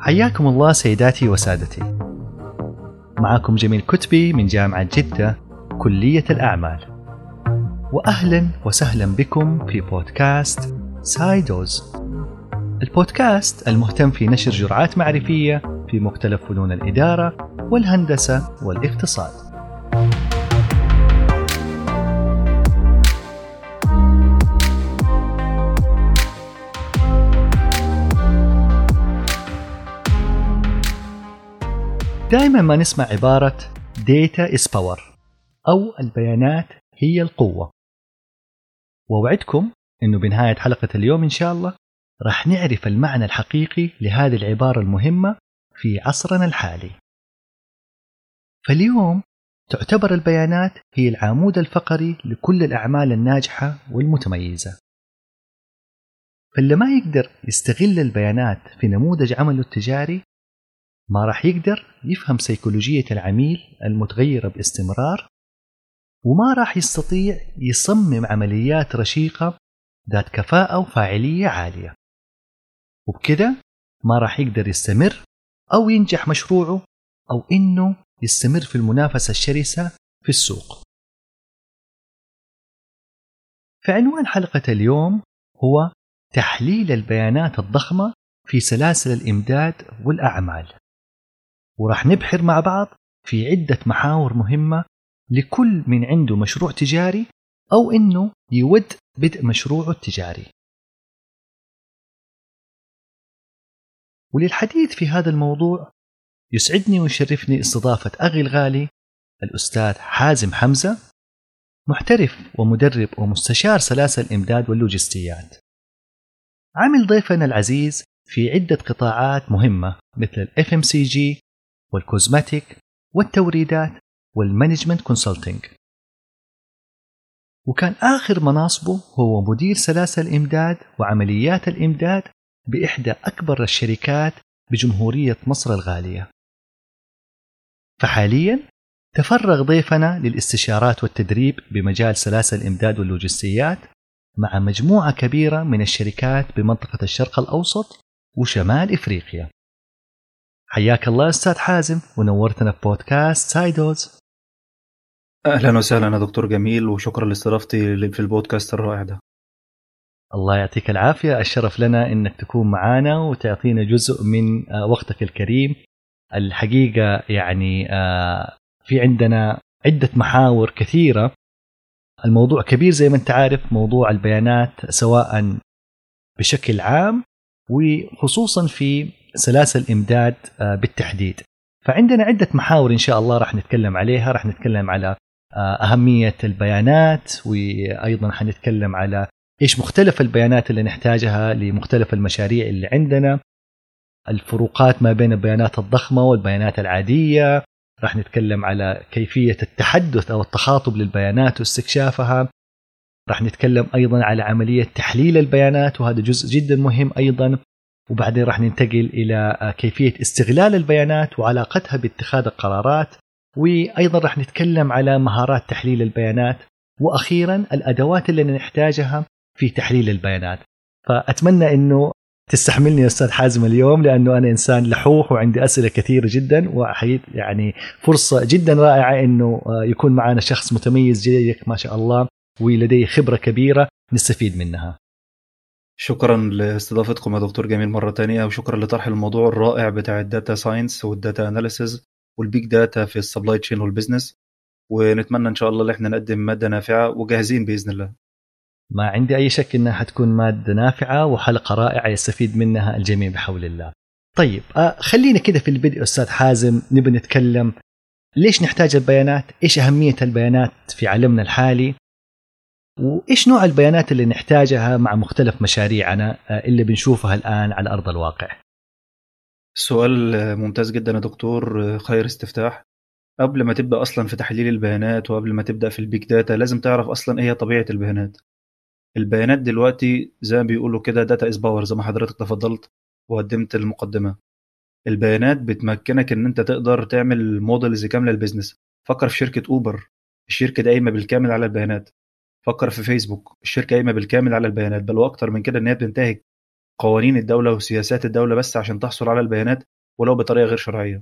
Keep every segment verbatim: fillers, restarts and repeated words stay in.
حياكم الله سيداتي وسادتي، معكم جميل كتبي من جامعة جدة كلية الأعمال، وأهلا وسهلا بكم في بودكاست سايدوز، البودكاست المهتم في نشر جرعات معرفية في مختلف فنون الإدارة والهندسة والاقتصاد. دائما ما نسمع عبارة data is power أو البيانات هي القوة، ووعدكم أنه بنهاية حلقة اليوم إن شاء الله راح نعرف المعنى الحقيقي لهذه العبارة المهمة في عصرنا الحالي. فاليوم تعتبر البيانات هي العمود الفقري لكل الأعمال الناجحة والمتميزة، فاللي ما يقدر يستغل البيانات في نموذج عمله التجاري ما راح يقدر يفهم سيكولوجية العميل المتغيرة باستمرار، وما راح يستطيع يصمم عمليات رشيقة ذات كفاءة وفاعلية عالية، وبكده ما راح يقدر يستمر أو ينجح مشروعه أو إنه يستمر في المنافسة الشرسة في السوق. فعنوان حلقة اليوم هو تحليل البيانات الضخمة في سلاسل الإمداد والأعمال، وراح نبحر مع بعض في عدة محاور مهمة لكل من عنده مشروع تجاري أو إنه يود بدء مشروعه التجاري. وللحديث في هذا الموضوع يسعدني ويشرفني استضافة أخي الغالي الأستاذ حازم حمزة، محترف ومدرب ومستشار سلاسل الإمداد واللوجستيات، عامل ضيفنا العزيز في عدة قطاعات مهمة مثل ال إف إم سي جي والكوزماتيك والتوريدات والمانجمنت كونسلتينج، وكان آخر مناصبه هو مدير سلاسل الإمداد وعمليات الإمداد بإحدى أكبر الشركات بجمهورية مصر الغالية. فحاليا تفرغ ضيفنا للاستشارات والتدريب بمجال سلاسل الإمداد واللوجستيات مع مجموعة كبيرة من الشركات بمنطقة الشرق الأوسط وشمال إفريقيا. حياك الله أستاذ حازم ونورتنا في بودكاست سايدوز. أهلا وسهلا يا دكتور جميل، وشكرا لاستضافتي في البودكاست الرائع ده. الله يعطيك العافية، الشرف لنا إنك تكون معنا وتعطينا جزء من وقتك الكريم. الحقيقة يعني في عندنا عدة محاور كثيرة، الموضوع كبير زي ما أنت عارف، موضوع البيانات سواء بشكل عام وخصوصا في سلاسل الإمداد بالتحديد. فعندنا عدة محاور إن شاء الله راح نتكلم عليها. راح نتكلم على أهمية البيانات، وأيضا حنتكلم على إيش مختلف البيانات اللي نحتاجها لمختلف المشاريع اللي عندنا، الفروقات ما بين البيانات الضخمة والبيانات العادية، راح نتكلم على كيفية التحدث أو التخاطب للبيانات واستكشافها، راح نتكلم أيضا على عملية تحليل البيانات وهذا جزء جدا مهم أيضا، وبعدين راح ننتقل إلى كيفية استغلال البيانات وعلاقتها باتخاذ القرارات، وأيضا راح نتكلم على مهارات تحليل البيانات، وأخيرا الأدوات اللي نحتاجها في تحليل البيانات. فأتمنى أنه تستحملني يا أستاذ حازم اليوم، لأنه أنا إنسان لحوح وعندي أسئلة كثيرة جدا، وحقيقة يعني فرصة جدا رائعة أنه يكون معنا شخص متميز جيدك ما شاء الله ولديه خبرة كبيرة نستفيد منها. شكرا لاستضافتكم يا دكتور جميل مرة تانية، وشكرا لطرح الموضوع الرائع بتاع الداتا ساينس والداتا اناليسز والبيج داتا في السبلاي تشين والبزنس، ونتمنى إن شاء الله إحنا نقدم مادة نافعة وجاهزين بإذن الله. ما عندي أي شك إنها حتكون مادة نافعة وحلقة رائعة يستفيد منها الجميع بحول الله. طيب خلينا كده في البدء أستاذ حازم نبي نتكلم ليش نحتاج البيانات، إيش أهمية البيانات في عالمنا الحالي، وإيش نوع البيانات اللي نحتاجها مع مختلف مشاريعنا اللي بنشوفها الآن على أرض الواقع. سؤال ممتاز جدا يا دكتور، خير استفتاح. قبل ما تبدأ أصلا في تحليل البيانات وقبل ما تبدأ في البيج داتا لازم تعرف أصلا إيه طبيعة البيانات. البيانات دلوقتي زي ما بيقولوا كده داتا إز باور، زي ما حضرتك تفضلت وقدمت المقدمة. البيانات بتمكنك إن أنت تقدر تعمل موديلز كاملة للبيزنس. فكر في شركة أوبر، الشركة دي قايمة بالكامل على البيانات. فكر في فيسبوك، الشركة قايمة بالكامل على البيانات، بل وأكتر من كده إن هي بتنتهك قوانين الدولة وسياسات الدولة بس عشان تحصل على البيانات ولو بطريقة غير شرعية.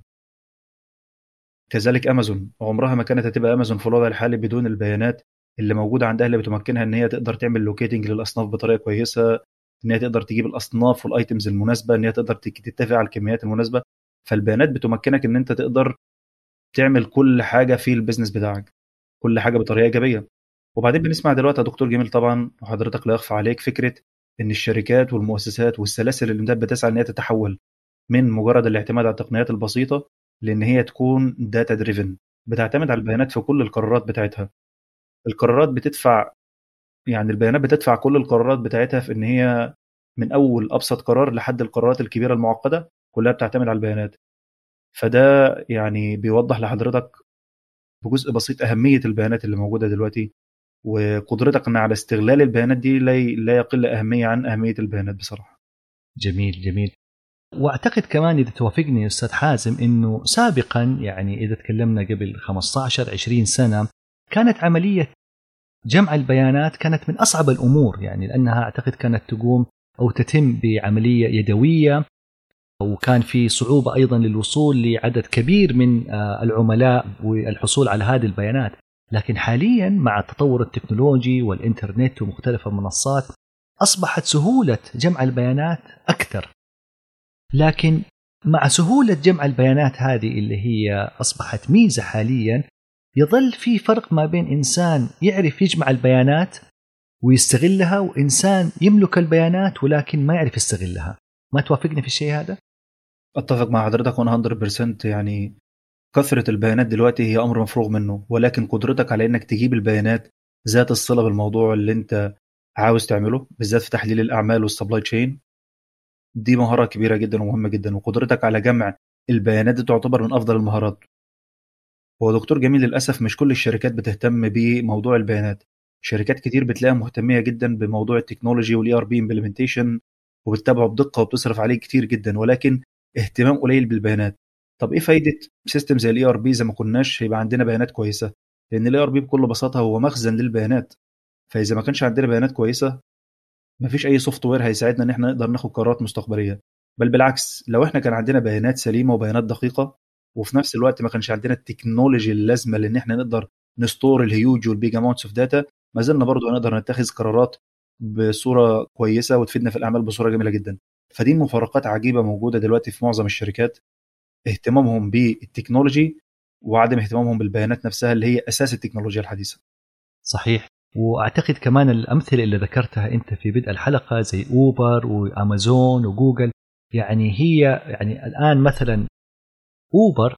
كذلك أمازون عمرها ما كانت هتبقى أمازون في الوضع الحالي بدون البيانات اللي موجودة عندها، اللي بتمكنها إن هي تقدر تعمل لوكيتنج للأصناف بطريقة كويسة، إن هي تقدر تجيب الأصناف والأيتمز المناسبة، إن هي تقدر تتفق على الكميات المناسبة. فالبيانات بتمكنك إن أنت تقدر تعمل كل حاجة في البيزنس بتاعك، كل حاجة بطريقة إيجابية. وبعدين بنسمع دلوقتي يا دكتور جميل طبعا، وحضرتك لا يخفى عليك، فكرة إن الشركات والمؤسسات والسلاسل اللي بتسعى إن هي تتحول من مجرد الاعتماد على التقنيات البسيطة لأن هي تكون داتا دريفن، بتعتمد على البيانات في كل القرارات بتاعتها. القرارات بتدفع يعني البيانات بتدفع كل القرارات بتاعتها في إن هي من أول أبسط قرار لحد القرارات الكبيرة المعقدة كلها بتعتمد على البيانات. فده يعني بيوضح لحضرتك بجزء بسيط أهمية البيانات اللي موجودة دلوقتي، وقدرتك على استغلال البيانات دي لا يقل أهمية عن أهمية البيانات بصراحة. جميل جميل. واعتقد كمان اذا توافقني استاذ حازم انه سابقا يعني اذا تكلمنا قبل خمسة عشر عشرين سنه كانت عمليه جمع البيانات كانت من اصعب الامور، يعني لانها اعتقد كانت تقوم او تتم بعمليه يدويه، وكان في صعوبه ايضا للوصول لعدد كبير من العملاء والحصول على هذه البيانات. لكن حاليا مع التطور التكنولوجي والانترنت ومختلف المنصات اصبحت سهوله جمع البيانات اكثر. لكن مع سهولة جمع البيانات هذه اللي هي أصبحت ميزة حاليا، يظل في فرق ما بين إنسان يعرف يجمع البيانات ويستغلها وإنسان يملك البيانات ولكن ما يعرف يستغلها. ما توافقني في الشيء هذا؟ أتفق مع حضرتك مية بالمية. يعني كثرة البيانات دلوقتي هي أمر مفروغ منه، ولكن قدرتك على إنك تجيب البيانات ذات الصلة بالموضوع اللي أنت عاوز تعمله، بالذات في تحليل الأعمال والسبلاي تشين، دي مهارة كبيرة جدا ومهمة جدا. وقدرتك على جمع البيانات دي تعتبر من أفضل المهارات. هو دكتور جميل للأسف مش كل الشركات بتهتم بموضوع البيانات. شركات كتير بتلاقيها مهتمية جدا بموضوع التكنولوجي والاي ار بي امبلمنتيشن وبتتابعه بدقة وبتصرف عليه كتير جدا، ولكن اهتمام قليل بالبيانات. طب ايه فايدة سيستم زي الاي ار بي اذا ما كناش هيبقى عندنا بيانات كويسة؟ لأن الاي ار بي بكل بساطة هو مخزن للبيانات، فإذا ما كانش عندنا بيانات كويسة مفيش أي سوفت وير هيساعدنا إن احنا نقدر ناخد قرارات مستقبلية. بل بالعكس، لو احنا كان عندنا بيانات سليمة وبيانات دقيقة وفي نفس الوقت ما كانش عندنا التكنولوجي اللازمة لأن احنا نقدر نستور الهيوج والبيج اماونتس اوف داتا، ما زلنا برضه هنقدر نتخذ قرارات بصورة كويسة وتفيدنا في الأعمال بصورة جميلة جدا. فدي مفارقات عجيبة موجودة دلوقتي في معظم الشركات، اهتمامهم بالتكنولوجي وعدم اهتمامهم بالبيانات نفسها اللي هي أساس التكنولوجيا الحديثة. صحيح. وأعتقد كمان الأمثلة اللي ذكرتها أنت في بدء الحلقة زي أوبر وأمازون وجوجل، يعني هي يعني الآن مثلا أوبر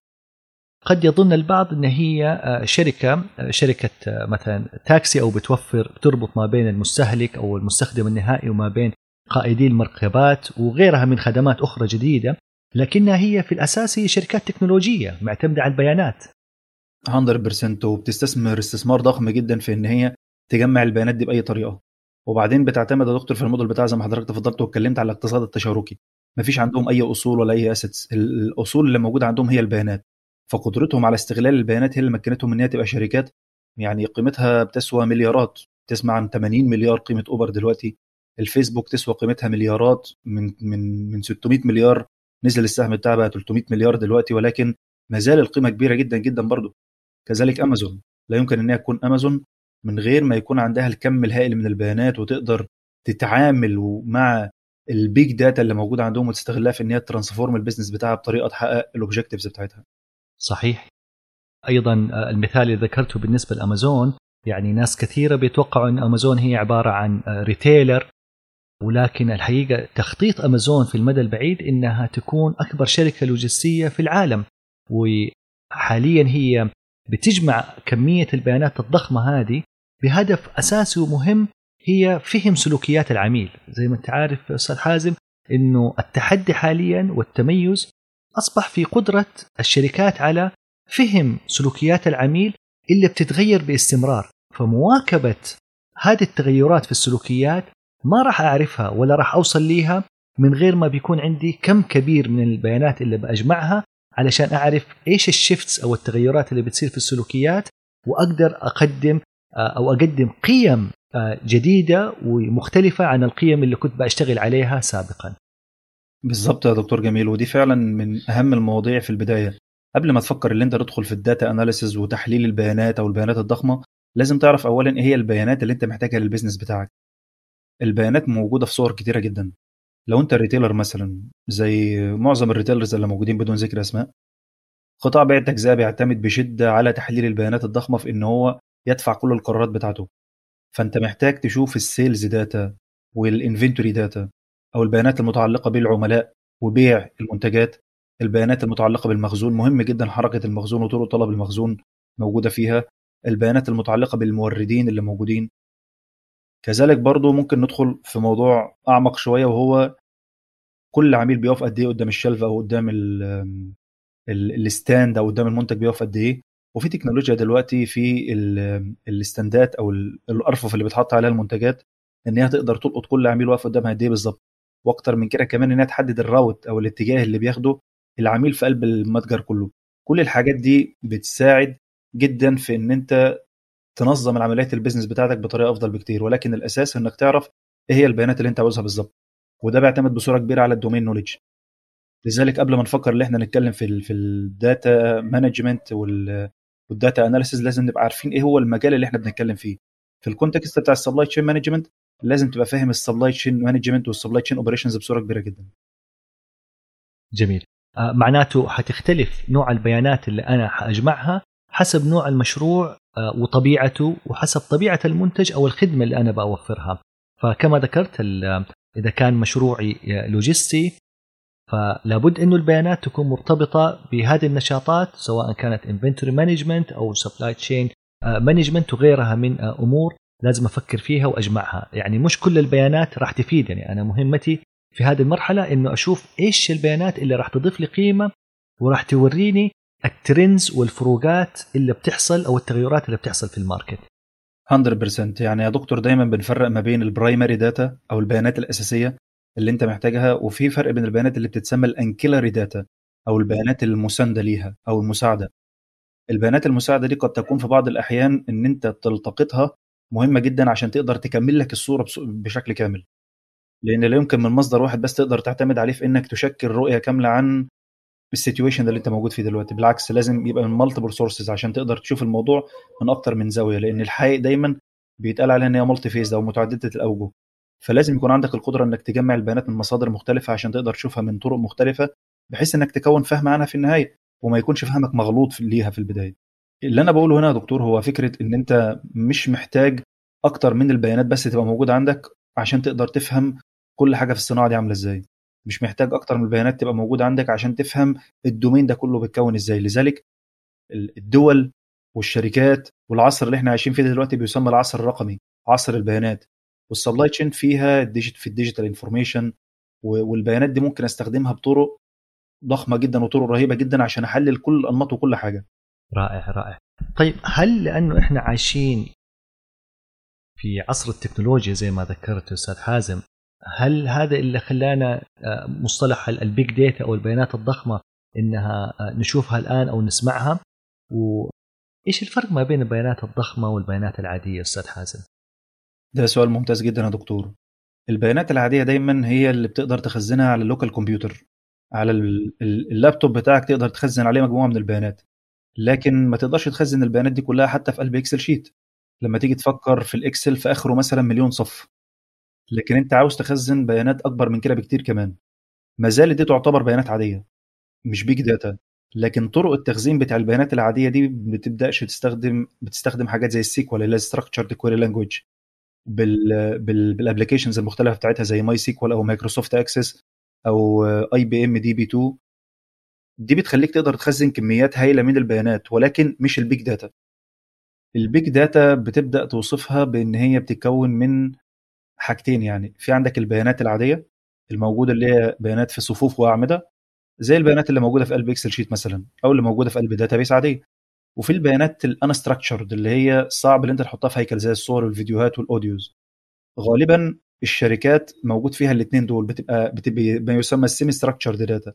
قد يظن البعض أن هي شركة شركة مثلا تاكسي أو بتوفر بتربط ما بين المستهلك أو المستخدم النهائي وما بين قائدي المركبات وغيرها من خدمات أخرى جديدة، لكنها هي في الأساس هي شركات تكنولوجية معتمدة على البيانات مية بالمية، وبتستثمر استثمار ضخم جدا في ان هي تجمع البيانات دي باي طريقه. وبعدين بتعتمد يا دكتور في الموديل بتاع زي ما حضرتك تفضلت واتكلمت على الاقتصاد التشاركي، مفيش عندهم اي اصول ولا اي اسيتس، الاصول اللي موجوده عندهم هي البيانات. فقدرتهم على استغلال البيانات هي اللي مكنتهم ان هي تبقى شركات يعني قيمتها بتسوى مليارات. تسمع عن ثمانين مليار قيمه اوبر دلوقتي. الفيسبوك تسوى قيمتها مليارات، من من من ستمائة مليار نزل السهم بتاعها بقى ثلاثمائة مليار دلوقتي، ولكن ما زال القيمه كبيره جدا جدا برضه. كذلك امازون، لا يمكن ان هي تكون امازون من غير ما يكون عندها الكم الهائل من البيانات وتقدر تتعامل مع البيج داتا اللي موجوده عندهم وتستغلها في ان هي ترانسفورم البيزنس بتاعها بطريقه تحقق الاوبجكتيفز بتاعتها. صحيح. ايضا المثال اللي ذكرته بالنسبه لامازون، يعني ناس كثيره بيتوقعوا ان امازون هي عباره عن ريتيلر، ولكن الحقيقه تخطيط امازون في المدى البعيد انها تكون اكبر شركه لوجستيه في العالم، وحاليا هي بتجمع كميه البيانات الضخمه هذه بهدف اساسي ومهم، هي فهم سلوكيات العميل. زي ما انت عارف استاذ حازم انه التحدي حاليا والتميز اصبح في قدره الشركات على فهم سلوكيات العميل اللي بتتغير باستمرار. فمواكبه هذه التغيرات في السلوكيات ما راح اعرفها ولا راح اوصل ليها من غير ما بيكون عندي كم كبير من البيانات اللي باجمعها علشان اعرف ايش الشيفتس او التغيرات اللي بتصير في السلوكيات، واقدر اقدم او اقدم قيم جديدة ومختلفة عن القيم اللي كنت بشتغل عليها سابقا. بالظبط يا دكتور جميل، ودي فعلا من اهم المواضيع في البدايه. قبل ما تفكر ان انت تدخل في الداتا اناليسز وتحليل البيانات او البيانات الضخمه، لازم تعرف اولا ايه هي البيانات اللي انت محتاجها للبيزنس بتاعك. البيانات موجوده في صور كتيره جدا. لو انت ريتيلر مثلا، زي معظم الريتيلرز اللي موجودين بدون ذكر اسماء، قطاع بيع التجزئه بيعتمد بشده على تحليل البيانات الضخمه في ان هو يدفع كل القرارات بتاعته. فانت محتاج تشوف السيلز داتا والانفنتوري داتا، او البيانات المتعلقه بالعملاء وبيع المنتجات. البيانات المتعلقه بالمخزون، مهم جدا حركه المخزون وطرق طلب المخزون موجوده فيها. البيانات المتعلقه بالموردين اللي موجودين. كذلك برضو ممكن ندخل في موضوع اعمق شويه، وهو كل عميل بيقف قد ايه قدام الشلف او قدام ال- ال- الستاند او قدام المنتج، بيقف قد ايه. وفي تكنولوجيا دلوقتي في ال- الاستندات او ال- الارفف اللي بتحط عليها المنتجات، ان هي تقدر تلقط كل عميل واقف قدامها قد ايه بالظبط. واكتر من كده كمان، ان هي تحدد الراوت او الاتجاه اللي بياخده العميل في قلب المتجر كله. كل الحاجات دي بتساعد جدا في ان انت تنظم العمليات البيزنس بتاعتك بطريقه افضل بكتير، ولكن الاساس انك تعرف ايه هي البيانات اللي انت عاوزها بالظبط. وده بيعتمد بصوره كبيره على الدومين نوليدج. لذلك قبل ما نفكر ان احنا نتكلم في ال في الداتا مانجمنت والداتا اناليسيز، لازم نبقى عارفين ايه هو المجال اللي احنا بنتكلم فيه. في الكونتكست بتاع السبلاي تشين مانجمنت، لازم تبقى فاهم السبلاي تشين مانجمنت والسبلاي تشين اوبريشنز بصوره كبيره جدا. جميل. آه، معناته حتختلف نوع البيانات اللي أنا حأجمعها حسب نوع المشروع آه، وطبيعته، وحسب طبيعة المنتج أو الخدمة اللي أنا بأوفرها. فكما ذكرت ال- إذا كان مشروعي آه، لوجستي، فلابد أنه البيانات تكون مرتبطة بهذه النشاطات، سواء كانت inventory management أو supply chain آه، management وغيرها من آه، أمور لازم أفكر فيها وأجمعها. يعني مش كل البيانات راح تفيد. يعني أنا مهمتي في هذه المرحلة إنه أشوف إيش البيانات اللي راح تضيف لي قيمة وراح توريني الترندز والفروقات اللي بتحصل أو التغيرات اللي بتحصل في الماركت. مية بالمية. يعني يا دكتور دايما بنفرق ما بين البرايمري داتا او البيانات الاساسيه اللي انت محتاجها، وفي فرق بين البيانات اللي بتتسمى الانكيلاري داتا او البيانات المسانده ليها او المساعده. البيانات المساعده دي قد تكون في بعض الاحيان ان انت تلتقطها مهمه جدا عشان تقدر تكمل لك الصوره بس- بشكل كامل. لان لا يمكن من مصدر واحد بس تقدر تعتمد عليه في انك تشكل رؤيه كامله عن السيتويشن اللي انت موجود فيه دلوقتي. بالعكس، لازم يبقى من مالتيبل سورسز عشان تقدر تشوف الموضوع من اكتر من زاويه، لان الحقيقه دايما بيتقال عليها ان هي مالتي فيز او متعدده الاوجه. فلازم يكون عندك القدره انك تجمع البيانات من مصادر مختلفه عشان تقدر تشوفها من طرق مختلفه، بحيث انك تكون فهم عنها في النهايه، وما يكونش فهمك مغلوط في- ليها في البدايه. اللي انا بقوله هنا يا دكتور هو فكره ان انت مش محتاج اكتر من البيانات بس تبقى موجوده عندك عشان تقدر تفهم كل حاجه في الصناعه دي عامله ازاي. مش محتاج اكتر من البيانات تبقى موجوده عندك عشان تفهم الدومين ده كله بيتكون ازاي. لذلك ال- الدول والشركات والعصر اللي احنا عايشين فيه دلوقتي بيسمى العصر الرقمي، عصر البيانات. والسبلاي تشين فيها الديجيت في الديجيتال انفورميشن، والبيانات دي ممكن استخدمها بطرق ضخمه جدا وطرق رهيبه جدا عشان احلل كل الانماط وكل حاجه. رائع رائع. طيب، هل لأنه إحنا عايشين في عصر التكنولوجيا زي ما ذكرت أستاذ حازم، هل هذا اللي خلانا آه، مصطلح البيج داتا أو البيانات الضخمة إنها آه، نشوفها الآن أو نسمعها؟ وإيش الفرق ما بين البيانات الضخمة والبيانات العادية أستاذ حازم؟ ده سؤال ممتاز جدا يا دكتور. البيانات العاديه دايما هي اللي بتقدر تخزنها على اللوكال كمبيوتر، على ال- ال- اللابتوب بتاعك تقدر تخزن عليه مجموعه من البيانات. لكن ما تقدرش تخزن البيانات دي كلها حتى في قلب اكسل شيت. لما تيجي تفكر في الاكسل في اخره مثلا مليون صف، لكن انت عاوز تخزن بيانات اكبر من كده بكتير كمان. ما زالت دي تعتبر بيانات عاديه، مش بيج داتا. لكن طرق التخزين بتاع البيانات العاديه دي بتبداش تستخدم بتستخدم حاجات زي السيكوال اللي هي ستراكشرد كويري لانجويج، بال بال بالابلكيشنز المختلفه بتاعتها زي ماي سيكوال او مايكروسوفت اكسس او اي بي ام دي بي اتنين. دي بتخليك تقدر تخزن كميات هائله من البيانات، ولكن مش البيج داتا. البيج داتا بتبدا توصفها بان هي بتتكون من حاجتين. يعني في عندك البيانات العاديه الموجوده اللي هي بيانات في صفوف واعمده، زي البيانات اللي موجوده في قلب اكسل شيت مثلا، او اللي موجوده في قلب داتابيس عاديه. وفي البيانات الانستراكشرد اللي هي صعب ان انت تحطها في هيكل، زي الصور والفيديوهات والاوديوز. غالبا الشركات موجود فيها الاثنين دول، بتبقى بتبقى ما يسمى السيمي ستراكشرد داتا.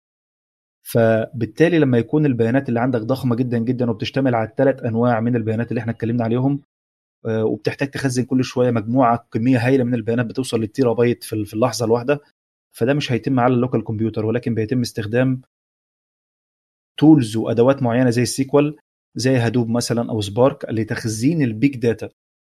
فبالتالي لما يكون البيانات اللي عندك ضخمه جدا جدا وبتشتمل على الثلاث انواع من البيانات اللي احنا اتكلمنا عليهم، آه، وبتحتاج تخزن كل شويه مجموعه كميه هائله من البيانات بتوصل للتيرا بايت في في اللحظه الواحده، فده مش هيتم على اللوكال كمبيوتر، ولكن بيتم استخدام تولز وادوات معينه زي السيكوال، زي هادوب مثلا او سبارك لتخزين البيج داتا.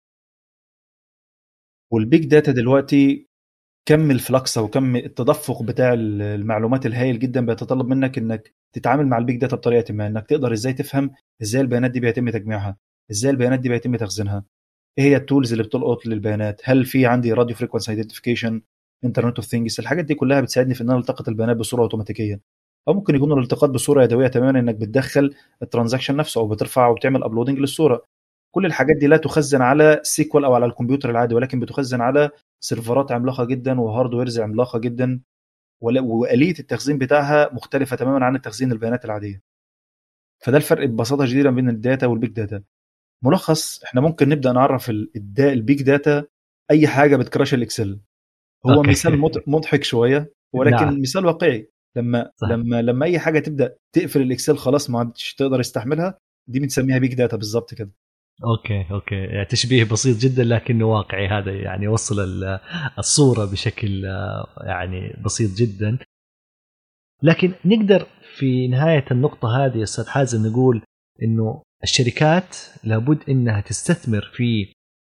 والبيج داتا دلوقتي كم الفلكس او كم التدفق بتاع المعلومات الهائل جدا بيتطلب منك انك تتعامل مع البيج داتا بطريقه ما، انك تقدر ازاي تفهم ازاي البيانات دي بيتم تجميعها، ازاي البيانات دي بيتم تخزينها، ايه هي التولز اللي بتلقط للبيانات، هل في عندي راديو فريكوانسي ايدنتيفيكيشن، انترنت اوف ثينجز. الحاجات دي كلها بتساعدني في ان انا التقط البيانات بصوره اوتوماتيكيه، او ممكن يكون الالتقاط بصوره يدويه تماما، انك بتدخل الترانزاكشن نفسه او بترفع وبتعمل ابلودنج للصوره. كل الحاجات دي لا تخزن على سيكوال او على الكمبيوتر العادي، ولكن بتخزن على سيرفرات عملاقه جدا وهاردويرز عملاقه جدا، واليه التخزين بتاعها مختلفه تماما عن التخزين البيانات العاديه. فده الفرق ببساطه شديده بين الداتا والبيج داتا. ملخص، احنا ممكن نبدا نعرف البيج داتا اي حاجه بتكراش الاكسل. هو أوكي. مثال مضحك شويه، ولكن نعم. مثال واقعي. لما صح. لما لما اي حاجه تبدا تقفل الاكسل خلاص ما عادش تقدر يستحملها، دي بنسميها بيج داتا بالظبط كده. اوكي اوكي يعني تشبيه بسيط جدا لكنه واقعي، هذا يعني يوصل الصورة بشكل يعني بسيط جدا. لكن نقدر في نهاية النقطة هذه أستاذ حازم نقول إنه الشركات لابد إنها تستثمر في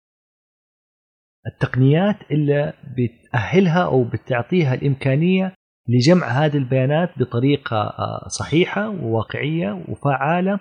التقنيات اللي بتأهلها أو بتعطيها الإمكانية لجمع هذه البيانات بطريقة صحيحة وواقعية وفعالة،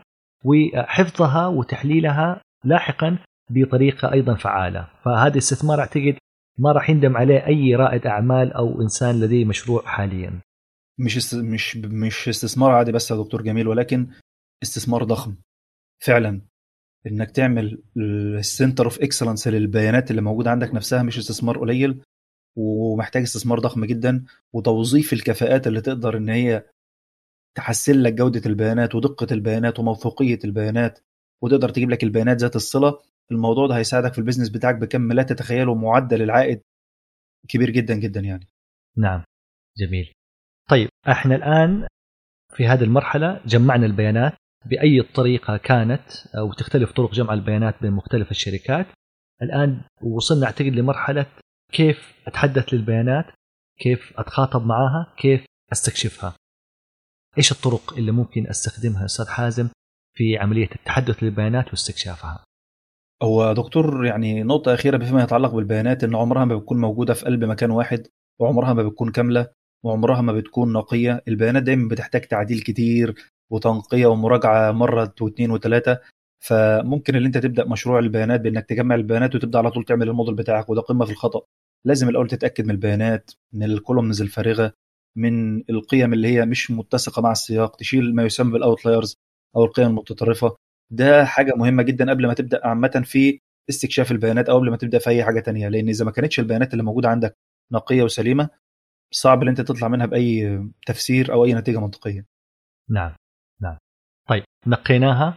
وحفظها وتحليلها لاحقا بطريقة أيضا فعالة. فهذا استثمار أعتقد ما راح يندم عليه أي رائد أعمال أو إنسان لديه مشروع حاليا. مش است... مش مش استثمار عادي بس يا دكتور جميل، ولكن استثمار ضخم فعلا. انك تعمل السنتر اوف اكسلنس للبيانات اللي موجوده عندك نفسها مش استثمار قليل، ومحتاج استثمار ضخم جدا، وتوظيف الكفاءات اللي تقدر ان هي تحسن لك جوده البيانات ودقه البيانات وموثوقيه البيانات، وتقدر تجيب لك البيانات ذات الصله. الموضوع ده هيساعدك في البيزنس بتاعك بكم لا تتخيله، معدل العائد كبير جدا جدا يعني. نعم جميل. طيب احنا الآن في هذه المرحلة جمعنا البيانات بأي طريقة كانت، أو تختلف طرق جمع البيانات بين مختلف الشركات. الآن وصلنا أعتقد لمرحلة كيف أتحدث للبيانات، كيف أتخاطب معها، كيف أستكشفها. إيش الطرق اللي ممكن أستخدمها أستاذ حازم في عملية التحدث للبيانات واستكشافها؟ هو دكتور يعني نقطة أخيرة بما يتعلق بالبيانات، إن عمرها ما بتكون موجودة في قلب مكان واحد، وعمرها ما بتكون كاملة، وعمرها ما بتكون نقية. البيانات دايما بتحتاج تعديل كتير وتنقية ومراجعة مرة واثنين وثلاثة. فممكن اللي انت تبدأ مشروع البيانات بانك تجمع البيانات وتبدأ على طول تعمل الموديل بتاعك، وده قمة في الخطأ. لازم الأول تتأكد من البيانات، من الكولومنز الفارغة، من القيم اللي هي مش متسقة مع السياق، تشيل ما يسمى بالاوتلايرز أو القيم المتطرفة. ده حاجة مهمة جدا قبل ما تبدأ عامة في استكشاف البيانات، أو قبل ما تبدأ في أي حاجة تانية، لأن إذا ما كانتش البيانات اللي موجودة عندك نقية وسليمة، صعب ان انت تطلع منها باي تفسير او اي نتيجه منطقيه. نعم نعم. طيب نقيناها،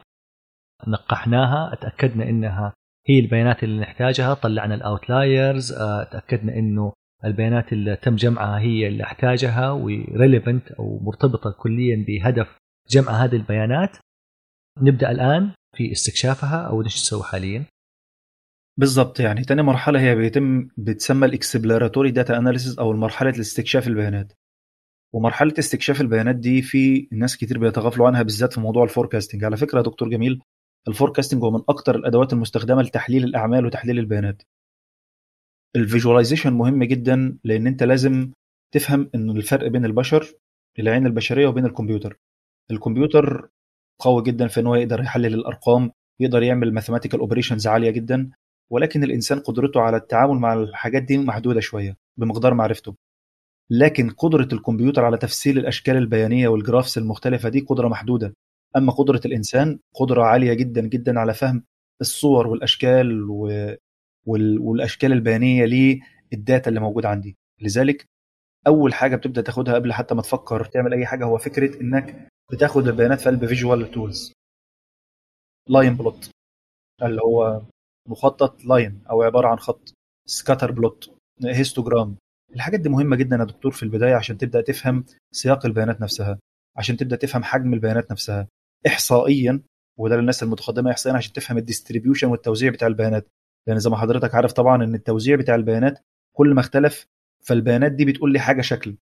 نقحناها، اتاكدنا انها هي البيانات اللي نحتاجها، طلعنا الاوتلايرز، اتاكدنا انه البيانات اللي تم جمعها هي اللي احتاجها وريليفنت او مرتبطه كليا بهدف جمع هذه البيانات. نبدا الان في استكشافها، او ايش نسوي حاليا؟ بالضبط، يعني تاني مرحلة هي بيتم بتسمى الاكسبلوراتوري داتا اناليسيس، او مرحلة الاستكشاف البيانات. ومرحلة استكشاف البيانات دي في ناس كتير بيتغافلوا عنها، بالذات في موضوع الفوركاستنج. على فكرة يا دكتور جميل، الفوركاستنج هو من اكتر الادوات المستخدمة لتحليل الاعمال وتحليل البيانات. الفيجواليزيشن مهم جدا، لان انت لازم تفهم ان الفرق بين البشر، العين البشرية، وبين الكمبيوتر. الكمبيوتر قوي جدا في ان هو يقدر يحلل الارقام، يقدر يعمل ماثيماتيكال اوبريشنز عاليه جدا، ولكن الانسان قدرته على التعامل مع الحاجات دي محدوده شويه بمقدار معرفته. لكن قدره الكمبيوتر على تفسير الاشكال البيانيه والجرافس المختلفه دي قدره محدوده. اما قدره الانسان قدره عاليه جدا جدا على فهم الصور والاشكال و... وال... والاشكال البيانيه للداتا اللي موجود عندي. لذلك اول حاجه بتبدا تاخدها قبل حتى ما تفكر تعمل اي حاجه هو فكره انك بتاخد البيانات في قلب فيجوال تولز. لاين بلوت اللي هو مخطط لاين او عباره عن خط، سكاتر بلوت، هيستوجرام. الحاجات دي مهمه جدا يا دكتور في البدايه، عشان تبدا تفهم سياق البيانات نفسها، عشان تبدا تفهم حجم البيانات نفسها احصائيا. وده للناس المتقدمه احصائيا، عشان تفهم الديستريبيوشن والتوزيع بتاع البيانات. لان زي ما حضرتك عارف طبعا ان التوزيع بتاع البيانات كل ما اختلف فالبيانات دي بتقول لي حاجه شكل.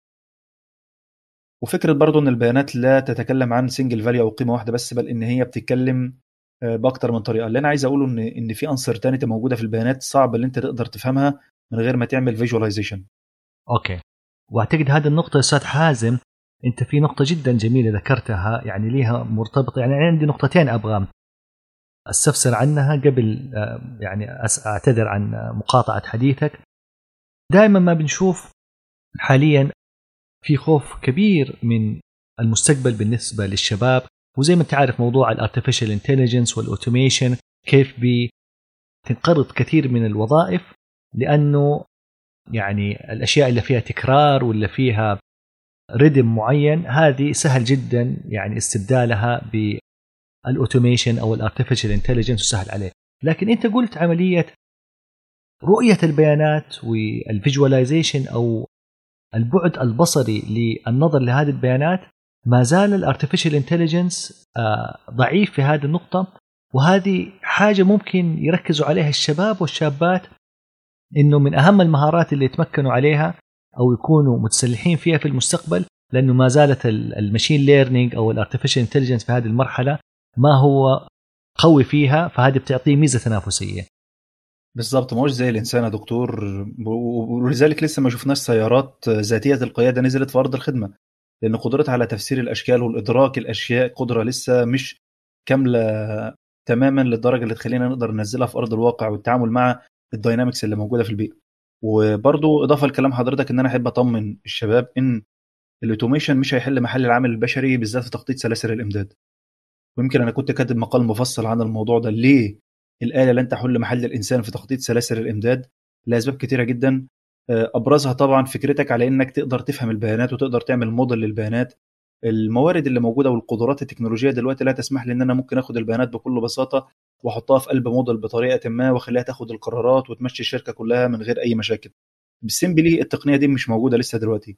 وفكره برضو ان البيانات لا تتكلم عن سنجل فاليو او قيمه واحده بس، بل ان هي بتتكلم باكتر من طريقه. اللي انا عايز اقوله ان ان في انسرتينتي موجوده في البيانات، صعب ان انت تقدر تفهمها من غير ما تعمل فيجواليزيشن. اوكي، واعتقد هذه النقطه يا استاذ حازم انت في نقطه جدا جميله ذكرتها، يعني ليها مرتبطه، يعني عندي نقطتين ابغى استفسر عنها قبل يعني اعتذر عن مقاطعه حديثك. دائما ما بنشوف حاليا في خوف كبير من المستقبل بالنسبه للشباب، وزي ما انت عارف موضوع الارتفيشال انتليجنس والاوتوميشن كيف بتنقرض كثير من الوظائف، لانه يعني الاشياء اللي فيها تكرار ولا فيها ريدم معين هذه سهل جدا يعني استبدالها بالاوتوميشن او الارتفيشال انتليجنس وسهل عليه. لكن انت قلت عمليه رؤيه البيانات والفيجواليزيشن او البعد البصري للنظر لهذه البيانات، ما زال الارتفيشال انتليجنس ضعيف في هذه النقطه، وهذه حاجه ممكن يركزوا عليها الشباب والشابات، انه من اهم المهارات اللي يتمكنوا عليها او يكونوا متسلحين فيها في المستقبل، لانه ما زالت الماشين ليرنينج او الارتفيشال انتليجنس في هذه المرحله ما هو قوي فيها، فهذه بتعطيه ميزه تنافسيه. بالظبط، مش زي الانسان يا دكتور، ولذلك لسه ما شفناش سيارات ذاتيه القياده نزلت في ارض الخدمه، لان قدرتها على تفسير الاشكال والادراك الاشياء قدره لسه مش كامله تماما للدرجه اللي تخلينا نقدر ننزلها في ارض الواقع والتعامل مع الداينامكس اللي موجوده في البيئه. وبرضو اضافه لكلام حضرتك ان انا احب اطمن الشباب ان الاوتوميشن مش هيحل محل العامل البشري، بالذات في تخطيط سلاسل الامداد. ويمكن انا كنت كاتب مقال مفصل عن الموضوع ده، ليه الاله لن تحل محل الانسان في تخطيط سلاسل الامداد، لاسباب كتيره جدا. ابرزها طبعا فكرتك على انك تقدر تفهم البيانات وتقدر تعمل موديل للبيانات. الموارد اللي موجوده والقدرات التكنولوجيه دلوقتي لا تسمح لي ان انا ممكن اخد البيانات بكل بساطه واحطها في قلب موديل بطريقه ما واخليها تاخد القرارات وتمشي الشركه كلها من غير اي مشاكل. بالسيمبلي التقنيه دي مش موجوده لسه دلوقتي.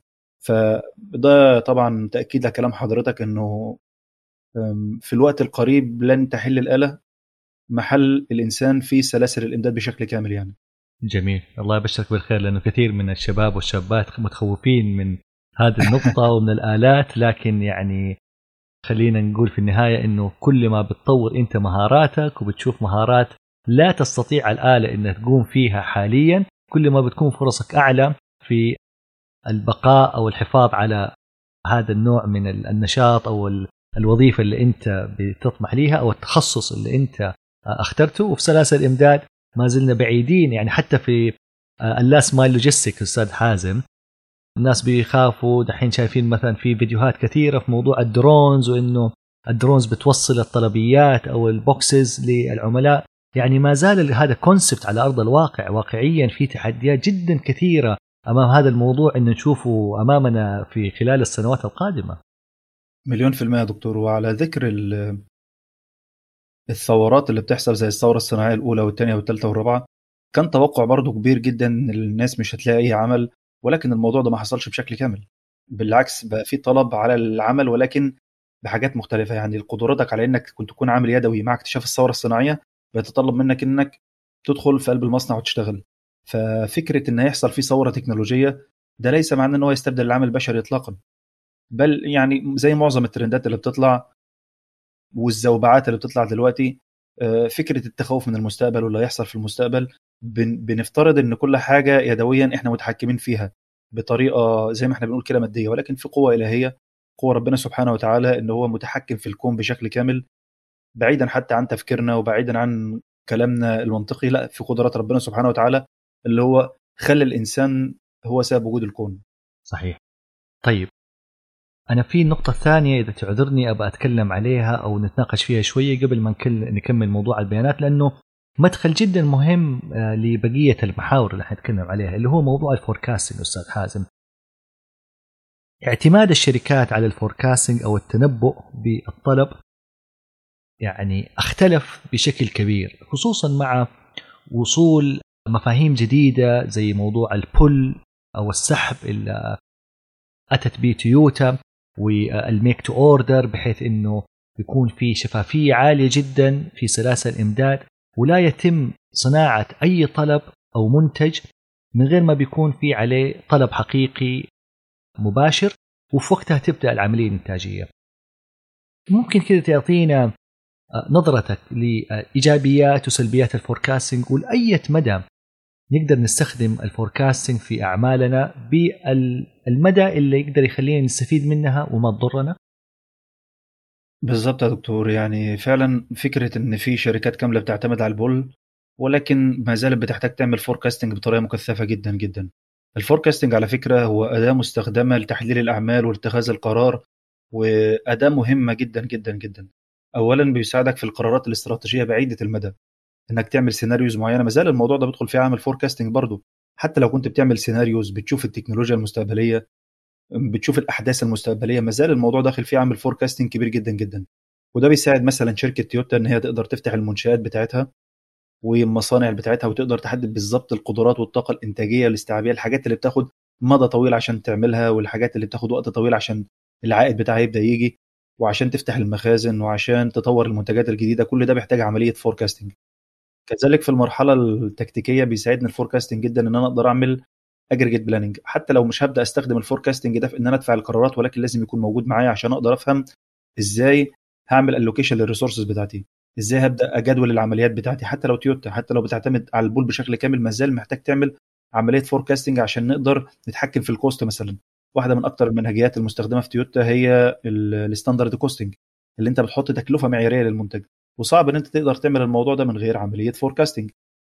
فده طبعا تاكيد لكلام حضرتك انه في الوقت القريب لن تحل الاله محل الانسان في سلاسل الامداد بشكل كامل. يعني جميل، الله يبشرك بالخير، لانه كثير من الشباب والشابات متخوفين من هذه النقطه ومن الالات، لكن يعني خلينا نقول في النهايه انه كل ما بتطور انت مهاراتك وبتشوف مهارات لا تستطيع الاله انها تقوم فيها حاليا، كل ما بتكون فرصك اعلى في البقاء او الحفاظ على هذا النوع من النشاط او الوظيفه اللي انت بتطمح ليها او التخصص اللي انت اخترته. وفي سلاسل الامداد ما زلنا بعيدين، يعني حتى في اللاست مايل لوجيستيك استاذ حازم الناس بيخافوا دحين، شايفين مثلا في فيديوهات كثيره في موضوع الدرونز، وانه الدرونز بتوصل الطلبيات او البوكسز للعملاء. يعني ما زال هذا كونسبت على ارض الواقع، واقعيا في تحديات جدا كثيره امام هذا الموضوع ان نشوفه امامنا في خلال السنوات القادمه. مليون في المية يا دكتور. وعلى ذكر الثورات اللي بتحصل زي الثورة الصناعية الأولى والثانية والثالثة والرابعة، كان توقع برضو كبير جدا إن الناس مش هتلاقي أي عمل، ولكن الموضوع ده ما حصلش بشكل كامل. بالعكس بقى في طلب على العمل، ولكن بحاجات مختلفة. يعني قدرتك على إنك كنت تكون عامل يدوي مع اكتشاف الثورة الصناعية بيتطلب منك إنك تدخل في قلب المصنع وتشتغل. ففكرة إن يحصل في ثورة تكنولوجية ده ليس معناه إن هو يستبدل العامل البشري إطلاقا، بل يعني زي معظم الترندات اللي بتطلع والزوبعات اللي بتطلع دلوقتي، فكرة التخوف من المستقبل واللي هيحصل في المستقبل، بنفترض ان كل حاجة يدويا احنا متحكمين فيها بطريقة زي ما احنا بنقول كده مادية، ولكن في قوة إلهية، قوة ربنا سبحانه وتعالى ان هو متحكم في الكون بشكل كامل، بعيدا حتى عن تفكيرنا وبعيدا عن كلامنا المنطقي. لا، في قدرات ربنا سبحانه وتعالى اللي هو خلى الإنسان هو سبب وجود الكون. صحيح. طيب أنا في نقطة ثانية إذا تعذرني أبغى أتكلم عليها أو نتناقش فيها شوية قبل ما نكمل موضوع البيانات، لأنه مدخل جدا مهم لبقية المحاور اللي حنتكلم عليها، اللي هو موضوع الفوركاستنج. أستاذ حازم، اعتماد الشركات على الفوركاستنج أو التنبؤ بالطلب يعني اختلف بشكل كبير، خصوصا مع وصول مفاهيم جديدة زي موضوع البول أو السحب اللي أتت به تويوتا، والميك تو اوردر، بحيث انه يكون في شفافيه عاليه جدا في سلاسل الامداد، ولا يتم صناعه اي طلب او منتج من غير ما بيكون في عليه طلب حقيقي مباشر، وفي وقتها تبدأ العملية الإنتاجية. ممكن كده تعطينا نظرتك لإيجابيات وسلبيات الفوركاستنج، ولأية مدى نقدر نستخدم الفوركاستنج في أعمالنا بالمدى اللي يقدر يخلينا نستفيد منها وما تضرنا؟ بالظبط يا دكتور، يعني فعلا فكرة إن في شركات كاملة بتعتمد على البول، ولكن ما زالت بتحتاج تعمل فوركاستنج بطريقة مكثفة جدا جدا. الفوركاستنج على فكرة هو أداة مستخدمة لتحليل الأعمال واتخاذ القرار، وأداة مهمة جدا جدا جدا. أولا بيساعدك في القرارات الاستراتيجية بعيدة المدى، إنك تعمل سيناريوز معينة. ما زال الموضوع ده بيدخل في عامل فوركاستنج برضو. حتى لو كنت بتعمل سيناريوز بتشوف التكنولوجيا المستقبلية، بتشوف الأحداث المستقبلية، ما زال الموضوع داخل فيه عامل فوركاستنج كبير جدا جدا. وده بيساعد مثلا شركة تويوتا إن هي تقدر تفتح المنشآت بتاعتها والمصانع بتاعتها، وتقدر تحدد بالظبط القدرات والطاقة الإنتاجية الاستيعابية، الحاجات اللي بتاخد مدى طويل عشان تعملها، والحاجات اللي بتاخد وقت طويل عشان العائد بتاعها يبدأ يجي، وعشان تفتح المخازن، وعشان تطور المنتجات الجديدة. كل ده بيحتاج عملية فوركاستنج. كذلك في المرحلة التكتيكية بيساعدني الفوركاستنج جدا إن أنا أقدر أعمل اجريجيت بلاننج. حتى لو مش هبدا استخدم الفوركاستنج ده في ان انا ادفع القرارات، ولكن لازم يكون موجود معايا عشان اقدر افهم ازاي هعمل الوكيشن للريسورسز بتاعتي، ازاي هبدا اجدول العمليات بتاعتي. حتى لو تويوتا، حتى لو بتعتمد على البول بشكل كامل، ما زال محتاج تعمل عمليه فوركاستنج عشان نقدر نتحكم في الكوست. مثلا واحده من اكتر المنهجيات المستخدمه في تويوتا هي الستاندرد كوستنج، اللي انت بتحط تكلفه معياريه للمنتج، وصعب ان انت تقدر تعمل الموضوع ده من غير عمليه فوركاستنج.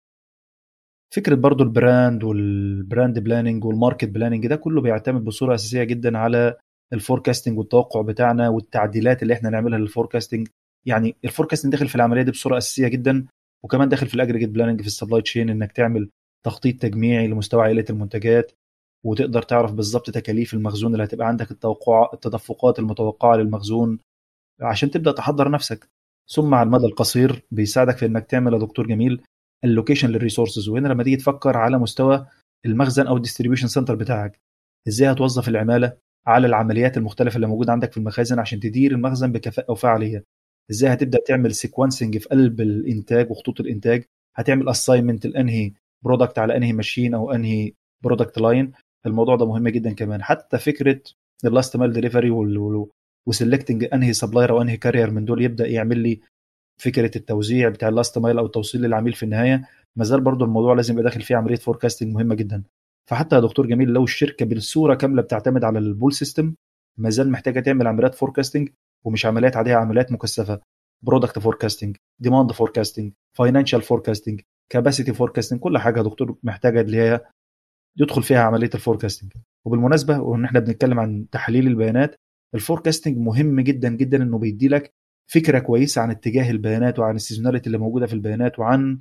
فكرة برضو البراند والبراند بلاننج والماركت بلاننج، ده كله بيعتمد بصورة أساسية جدا على الفوركاستنج والتوقع بتاعنا والتعديلات اللي احنا نعملها للفوركاستنج. يعني الفوركاستنج داخل في العملية دي بصورة أساسية جدا، وكمان داخل في الأجريجيت بلاننج في السبلاي تشين، إنك تعمل تخطيط تجميعي لمستوى عائلة المنتجات، وتقدر تعرف بالظبط تكاليف المخزون اللي هتبقى عندك، التوقع التدفقات المتوقعة للمخزون، عشان تبدأ تحضر نفسك. ثم على المدى القصير بيساعدك في إنك تعمل يا دكتور جميل اللوكيشن للريسورسز. وهنا لما تيجي تفكر على مستوى المخزن او الديستريبيوشن سنتر بتاعك، ازاي هتوظف العماله على العمليات المختلفه اللي موجوده عندك في المخازن عشان تدير المخزن بكفاءه وفعاليه. ازاي هتبدا تعمل سيكونسنج في قلب الانتاج وخطوط الانتاج، هتعمل اساينمنت لانهي برودكت على انهي ماشين او انهي برودكت لاين. الموضوع ده مهم جدا. كمان حتى فكره اللاست مايل ديليفري وسلكتنج انهي سبلاير او انهي كارير من دول يبدا يعمل لي فكره التوزيع بتاع اللاست مايل او التوصيل للعميل في النهايه. مازال برضو الموضوع لازم يبقى داخل فيه عمليه فوركاستنج مهمه جدا. فحتى يا دكتور جميل لو الشركه بالصوره كامله بتعتمد على البول سيستم، مازال محتاجه تعمل عمليات فوركاستنج، ومش عمليات عاديه، عمليات مكثفه. برودكت فوركاستنج، ديماند فوركاستنج، فاينانشال فوركاستنج، كاباسيتي فوركاستنج، كل حاجه يا دكتور محتاجه اللي هي يدخل فيها عمليه الفوركاستنج. وبالمناسبه وان احنا بنتكلم عن تحليل البيانات، الفوركاستنج مهم جدا جدا، انه بيدي لك فكره كويسه عن اتجاه البيانات، وعن السيزوناليتي اللي موجوده في البيانات، وعن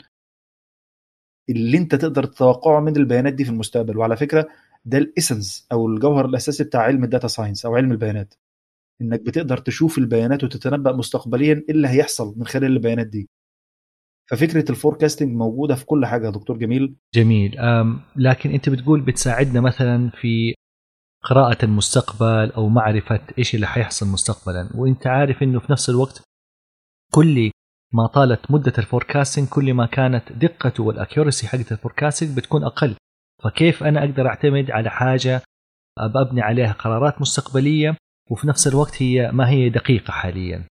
اللي انت تقدر تتوقعه من البيانات دي في المستقبل. وعلى فكره ده الاسنس او الجوهر الاساسي بتاع علم الداتا ساينس او علم البيانات، انك بتقدر تشوف البيانات وتتنبأ مستقبليا ايه اللي هيحصل من خلال البيانات دي. ففكره الفوركاستنج موجوده في كل حاجه يا دكتور جميل. جميل. أم لكن انت بتقول بتساعدنا مثلا في قراءة المستقبل او معرفة ايش اللي حيحصل مستقبلا، وانت عارف انه في نفس الوقت كل ما طالت مدة الفوركاستنج كل ما كانت دقته والاكيورسي حقت الفوركاستنج بتكون اقل. فكيف انا اقدر اعتمد على حاجة ابني عليها قرارات مستقبلية وفي نفس الوقت هي ما هي دقيقة حاليا؟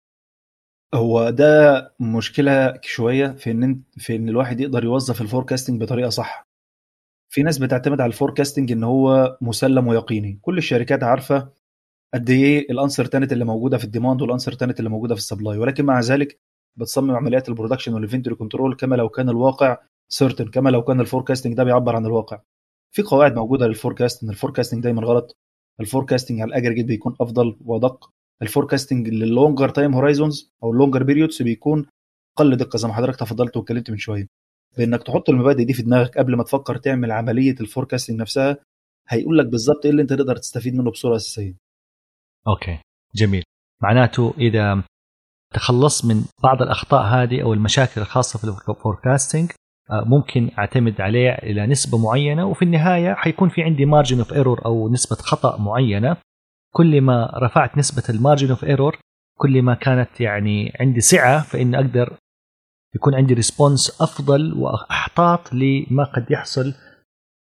هو ده مشكله شويه في ان في ان الواحد يقدر يوظف الفوركاستنج بطريقه صح. في ناس بتعتمد على الفوركاستنج ان هو مسلم ويقيني، كل الشركات عارفه قد ايه الانسرتينتي اللي موجوده في الديماند والانسرتينتي اللي موجوده في السبلاي، ولكن مع ذلك بتصمم عمليات البرودكشن والانفنتوري كنترول كما لو كان الواقع سيرتن، كما لو كان الفوركاستنج ده بيعبر عن الواقع. في قواعد موجوده للفوركاستنج، الفوركاستنج دايما غلط. الفوركاستنج على الاجريجيت بيكون افضل وادق. الفوركاستنج لللونجر تايم هورايزونز او اللونجر بيريودز بيكون اقل دقه، زي ما حضرتك تفضلت واتكلمت من شويه. بانك تحط المبادئ دي في دماغك قبل ما تفكر تعمل عمليه الفوركاستنج نفسها، هيقول لك بالظبط ايه اللي انت تقدر تستفيد منه بصوره اساسيه. اوكي جميل. معناته اذا تخلص من بعض الاخطاء هذه او المشاكل الخاصه في الفوركاستنج ممكن اعتمد عليه الى نسبه معينه، وفي النهايه حيكون في عندي مارجن اوف ايرور او نسبه خطا معينه. كل ما رفعت نسبه المارجن اوف ايرور كل ما كانت يعني عندي سعه فإن اقدر يكون عندي ريسبونس افضل واحتاط لما قد يحصل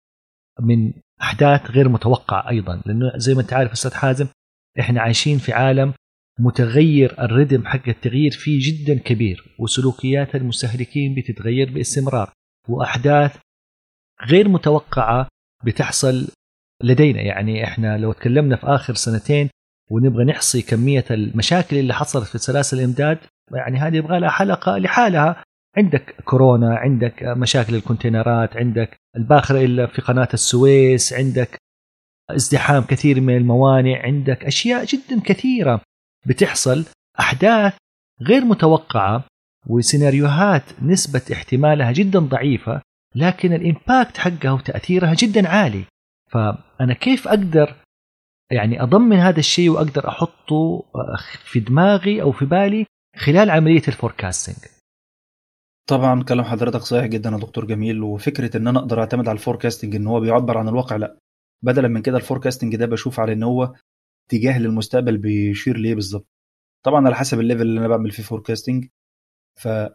من أحداث غير متوقعة أيضا، لأنه زي ما أنت عارف أستاذ حازم إحنا عايشين في عالم متغير، الردم حق التغيير فيه جدا كبير، وسلوكيات المستهلكين بتتغير باستمرار، وأحداث غير متوقعة بتحصل لدينا. يعني إحنا لو تكلمنا في آخر سنتين ونبغى نحصي كمية المشاكل اللي حصلت في سلاسل الإمداد، يعني هذه يبغى لها حلقة لحالها. عندك كورونا، عندك مشاكل الكونتينرات، عندك الباخرة إلا في قناة السويس، عندك ازدحام كثير من الموانئ، عندك أشياء جدا كثيرة بتحصل، أحداث غير متوقعة وسيناريوهات نسبة احتمالها جدا ضعيفة، لكن الإمباكت حقها وتأثيرها جدا عالي. فأنا كيف أقدر يعني أضمن هذا الشيء وأقدر أحطه في دماغي أو في بالي خلال عملية الفوركاستنج؟ طبعا كلام حضرتك صحيح جدا يا دكتور جميل، وفكرة ان انا اقدر اعتمد على الفوركاستنج ان هو بيعبر عن الواقع، لا، بدلا من كده الفوركاستنج ده بشوف على ان هو اتجاه للمستقبل بيشير ليه بالظبط. طبعا على حسب الليفل اللي انا بعمل فيه فوركاستنج. ففي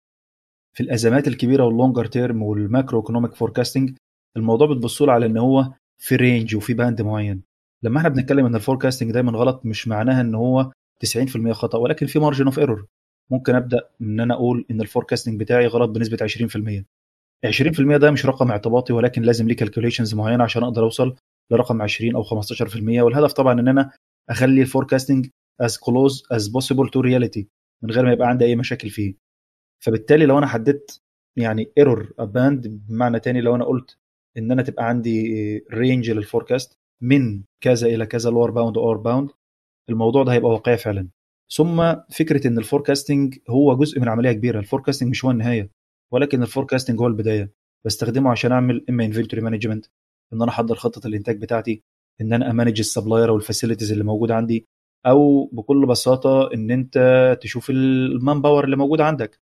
الازمات الكبيره واللونجر تيرم والماكرو ايكونوميك فوركاستنج الموضوع بتبصوا له على ان هو في رينج وفي باند معين. لما احنا بنتكلم ان الفوركاستنج دايما غلط، مش معناها ان هو تسعين في المية خطا، ولكن في مارجن اوف ايرور. ممكن ابدا ان انا اقول ان الفوركاستنج بتاعي غلط بنسبه عشرين في المية. عشرين في المية ده مش رقم اعتباطي، ولكن لازم ليه كالكوليشنز معينه عشان اقدر اوصل لرقم عشرين او خمستاشر في المية. والهدف طبعا ان انا اخلي الفوركاستنج as close as possible to reality من غير ما يبقى عندي اي مشاكل فيه. فبالتالي لو انا حددت يعني ايرور باند، بمعنى تاني لو انا قلت ان انا تبقى عندي رينج للفوركاست من كذا الى كذا، لور باوند اور باوند، الموضوع ده هيبقى واقعي فعلا. ثم فكره ان الفوركاستنج هو جزء من عمليه كبيره. الفوركاستنج مش هو النهايه، ولكن الفوركاستنج هو البدايه. بستخدمه عشان اعمل اما انفنتوري مانجمنت، ان انا احضر خطه الانتاج بتاعتي، ان انا امانج السبلاير والفاسيلتيز اللي موجوده عندي، او بكل بساطه ان انت تشوف المان باور اللي موجود عندك.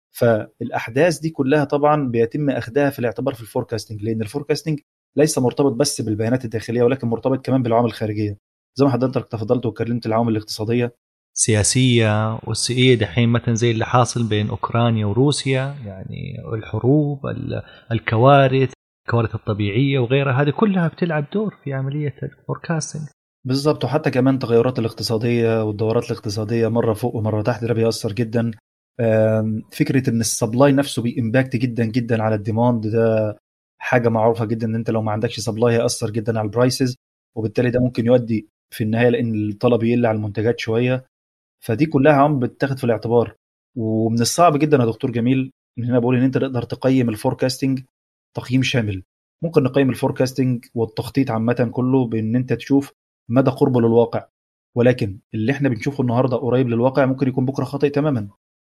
فالاحداث دي كلها طبعا بيتم اخذها في الاعتبار في الفوركاستنج، لان الفوركاستنج ليس مرتبط بس بالبيانات الداخليه، ولكن مرتبط كمان بالعوامل الخارجيه. زي ما حضرتك تفضلت واتكلمت، العوامل الاقتصاديه، سياسية والسيئة دحين مثلا زي اللي حاصل بين أوكرانيا وروسيا، يعني الحروب، الكوارث، الكوارث الطبيعية وغيرها، هذه كلها بتلعب دور في عملية الفوركاستنج. بالظبط. وحتى كمان التغيرات الاقتصادية والدورات الاقتصادية مرة فوق ومرة تحت، ده بيأثر جدا. فكرة ان السبلاي نفسه بيمباكت جدا جدا على الديماند، ده حاجة معروفة جدا، ان انت لو ما عندكش سبلاي هيأثر جدا على البرايسز، وبالتالي ده ممكن يؤدي في النهاية لان الطلب يقل على المنتجات شوية. فدي كلها عم بتاخد في الاعتبار. ومن الصعب جدا يا دكتور جميل ان هنا بقول ان انت تقدر تقيم الفوركاستنج تقييم شامل. ممكن نقيم الفوركاستنج والتخطيط عامة كله بان انت تشوف مدى قربه للواقع، ولكن اللي احنا بنشوفه النهارده قريب للواقع ممكن يكون بكره خاطئ تماما،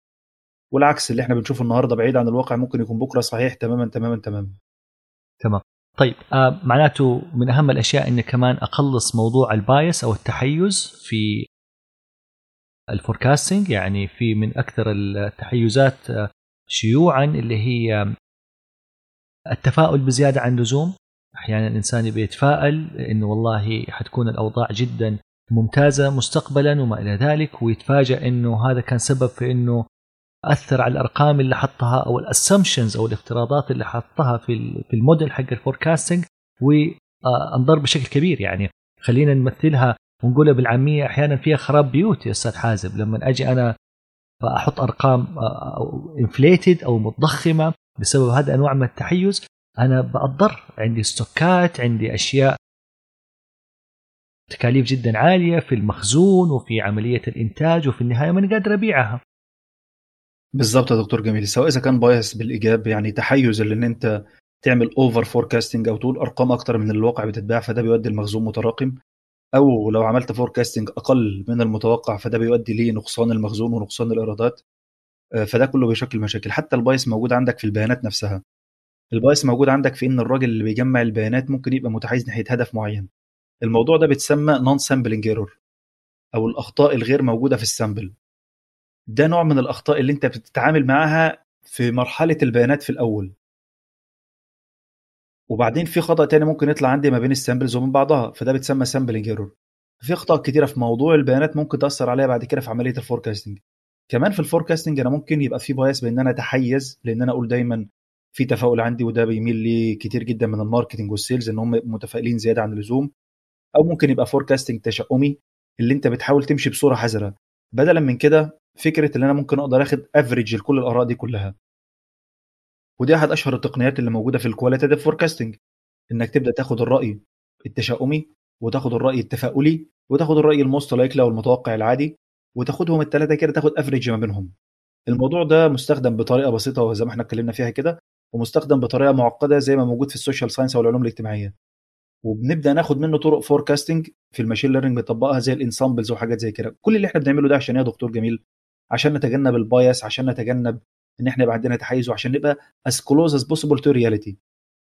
والعكس اللي احنا بنشوفه النهارده بعيد عن الواقع ممكن يكون بكره صحيح تماما تماما تماما. تمام. طيب آه معناته من اهم الاشياء ان كمان اقلص موضوع البايس او التحيز في الفوركاستنج. يعني في من اكثر التحيزات آه شيوعا اللي هي التفاؤل بزياده عن اللزوم. احيانا الانسان يبي يتفائل انه والله حتكون الاوضاع جدا ممتازه مستقبلا وما الى ذلك، ويتفاجأ انه هذا كان سبب في انه اثر على الارقام اللي حطها او الاسامبشنز او الافتراضات اللي حطها في في الموديل حق الفوركاستنج، وانضر بشكل كبير. يعني خلينا نمثلها ونقولها بالعاميه، احيانا فيها خراب بيوت يا استاذ حازم. لما اجي انا احط ارقام انفليتد او متضخمه بسبب هذا انواع من التحيز، انا بأضر، عندي ستوكات، عندي اشياء تكاليف جدا عاليه في المخزون وفي عمليه الانتاج، وفي النهايه ماني قادر ابيعها. بالظبط يا دكتور جميل. سواء اذا كان بايس بالايجاب، يعني تحيز اللي ان انت تعمل اوفر فوركاستنج او تقول ارقام اكتر من الواقع بتتباع، فده بيؤدي المخزون متراكم، او لو عملت فوركاستنج اقل من المتوقع فده بيؤدي لنقصان المخزون ونقصان الايرادات. فده كله بيشكل مشاكل. حتى البايس موجود عندك في البيانات نفسها. البايس موجود عندك في ان الراجل اللي بيجمع البيانات ممكن يبقى متحيز ناحيه هدف معين. الموضوع ده بيتسمى نون سامبلنج ايرور، او الاخطاء الغير موجوده في السامبل. ده نوع من الاخطاء اللي انت بتتعامل معاها في مرحله البيانات في الاول، وبعدين في خطا تاني ممكن يطلع عندي ما بين السامبلز ومن بعضها، فده بيتسمى سامبلنج ايرور. في اخطاء كتيره في موضوع البيانات ممكن تاثر عليها بعد كده في عمليه الفوركاستنج. كمان في الفوركاستنج انا ممكن يبقى في بايس بان انا اتحيز، لان انا اقول دايما في تفاؤل عندي، وده بيميل لي كتير جدا من الماركتنج والسيلز ان هم متفائلين زياده عن اللزوم. او ممكن يبقى فوركاستنج تشاؤمي، اللي انت بتحاول تمشي بصوره حذره. بدلا من كده فكره ان انا ممكن اقدر اخد افريج لكل الاراء دي كلها، ودي احد اشهر التقنيات اللي موجوده في الكواليتيف فوركاستنج، انك تبدا تاخد الراي التشاؤمي، وتاخد الراي التفاؤلي، وتاخد الراي الموست لايكلي او المتوقع العادي، وتاخدهم الثلاثه كده، تاخد افريج ما بينهم. الموضوع ده مستخدم بطريقه بسيطه زي ما احنا اتكلمنا فيها كده، ومستخدم بطريقه معقده زي ما موجود في السوشيال ساينس او العلوم الاجتماعيه. وبنبدا ناخد منه طرق فوركاستنج في الماشين ليرنينج بنطبقها زي الانسامبلز وحاجات زي كده. كل اللي احنا بنعمله ده عشان يا دكتور جميل، عشان نتجنب البايس، عشان نتجنب ان احنا يبقى عندنا تحيز، وعشان نبقى as close as possible to reality.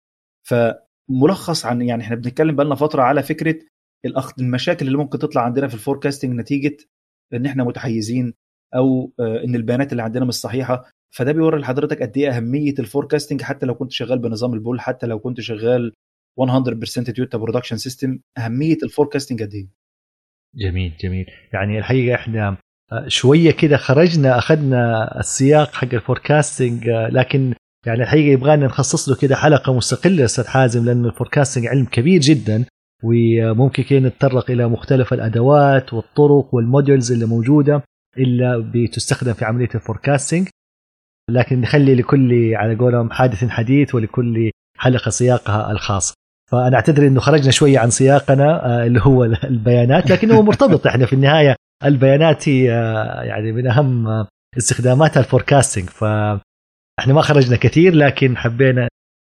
فملخص عن يعني احنا بنتكلم بقالنا فتره على فكره الأخ... المشاكل اللي ممكن تطلع عندنا في الفوركاستنج نتيجه ان احنا متحيزين، او ان البيانات اللي عندنا مش صحيحه. فده بيوري لحضرتك قد ايه اهميه الفوركاستنج، حتى لو كنت شغال بنظام البول، حتى لو كنت شغال مية بالمية تويوتا برودكشن سيستم، اهميه الفوركاستنج قد ايه. جميل جميل. يعني الحقيقه احنا شويه كده خرجنا اخذنا السياق حق الفوركاستنج، لكن يعني الحقيقه يبغانا نخصص له كده حلقه مستقله استاذ حازم، لانه الفوركاستنج علم كبير جدا، وممكن كده نتطرق الى مختلف الادوات والطرق والموديلز اللي موجوده اللي بتستخدم في عمليه الفوركاستنج. لكن نخلي لكل على قولهم حادث حديث، ولكل حلقه سياقها الخاص. فانا اعتذر انه خرجنا شويه عن سياقنا اللي هو البيانات، لكن هو مرتبط. احنا في النهايه البيانات هي يعني من اهم استخداماتها الفوركاستنج، فاحنا ما خرجنا كثير، لكن حبينا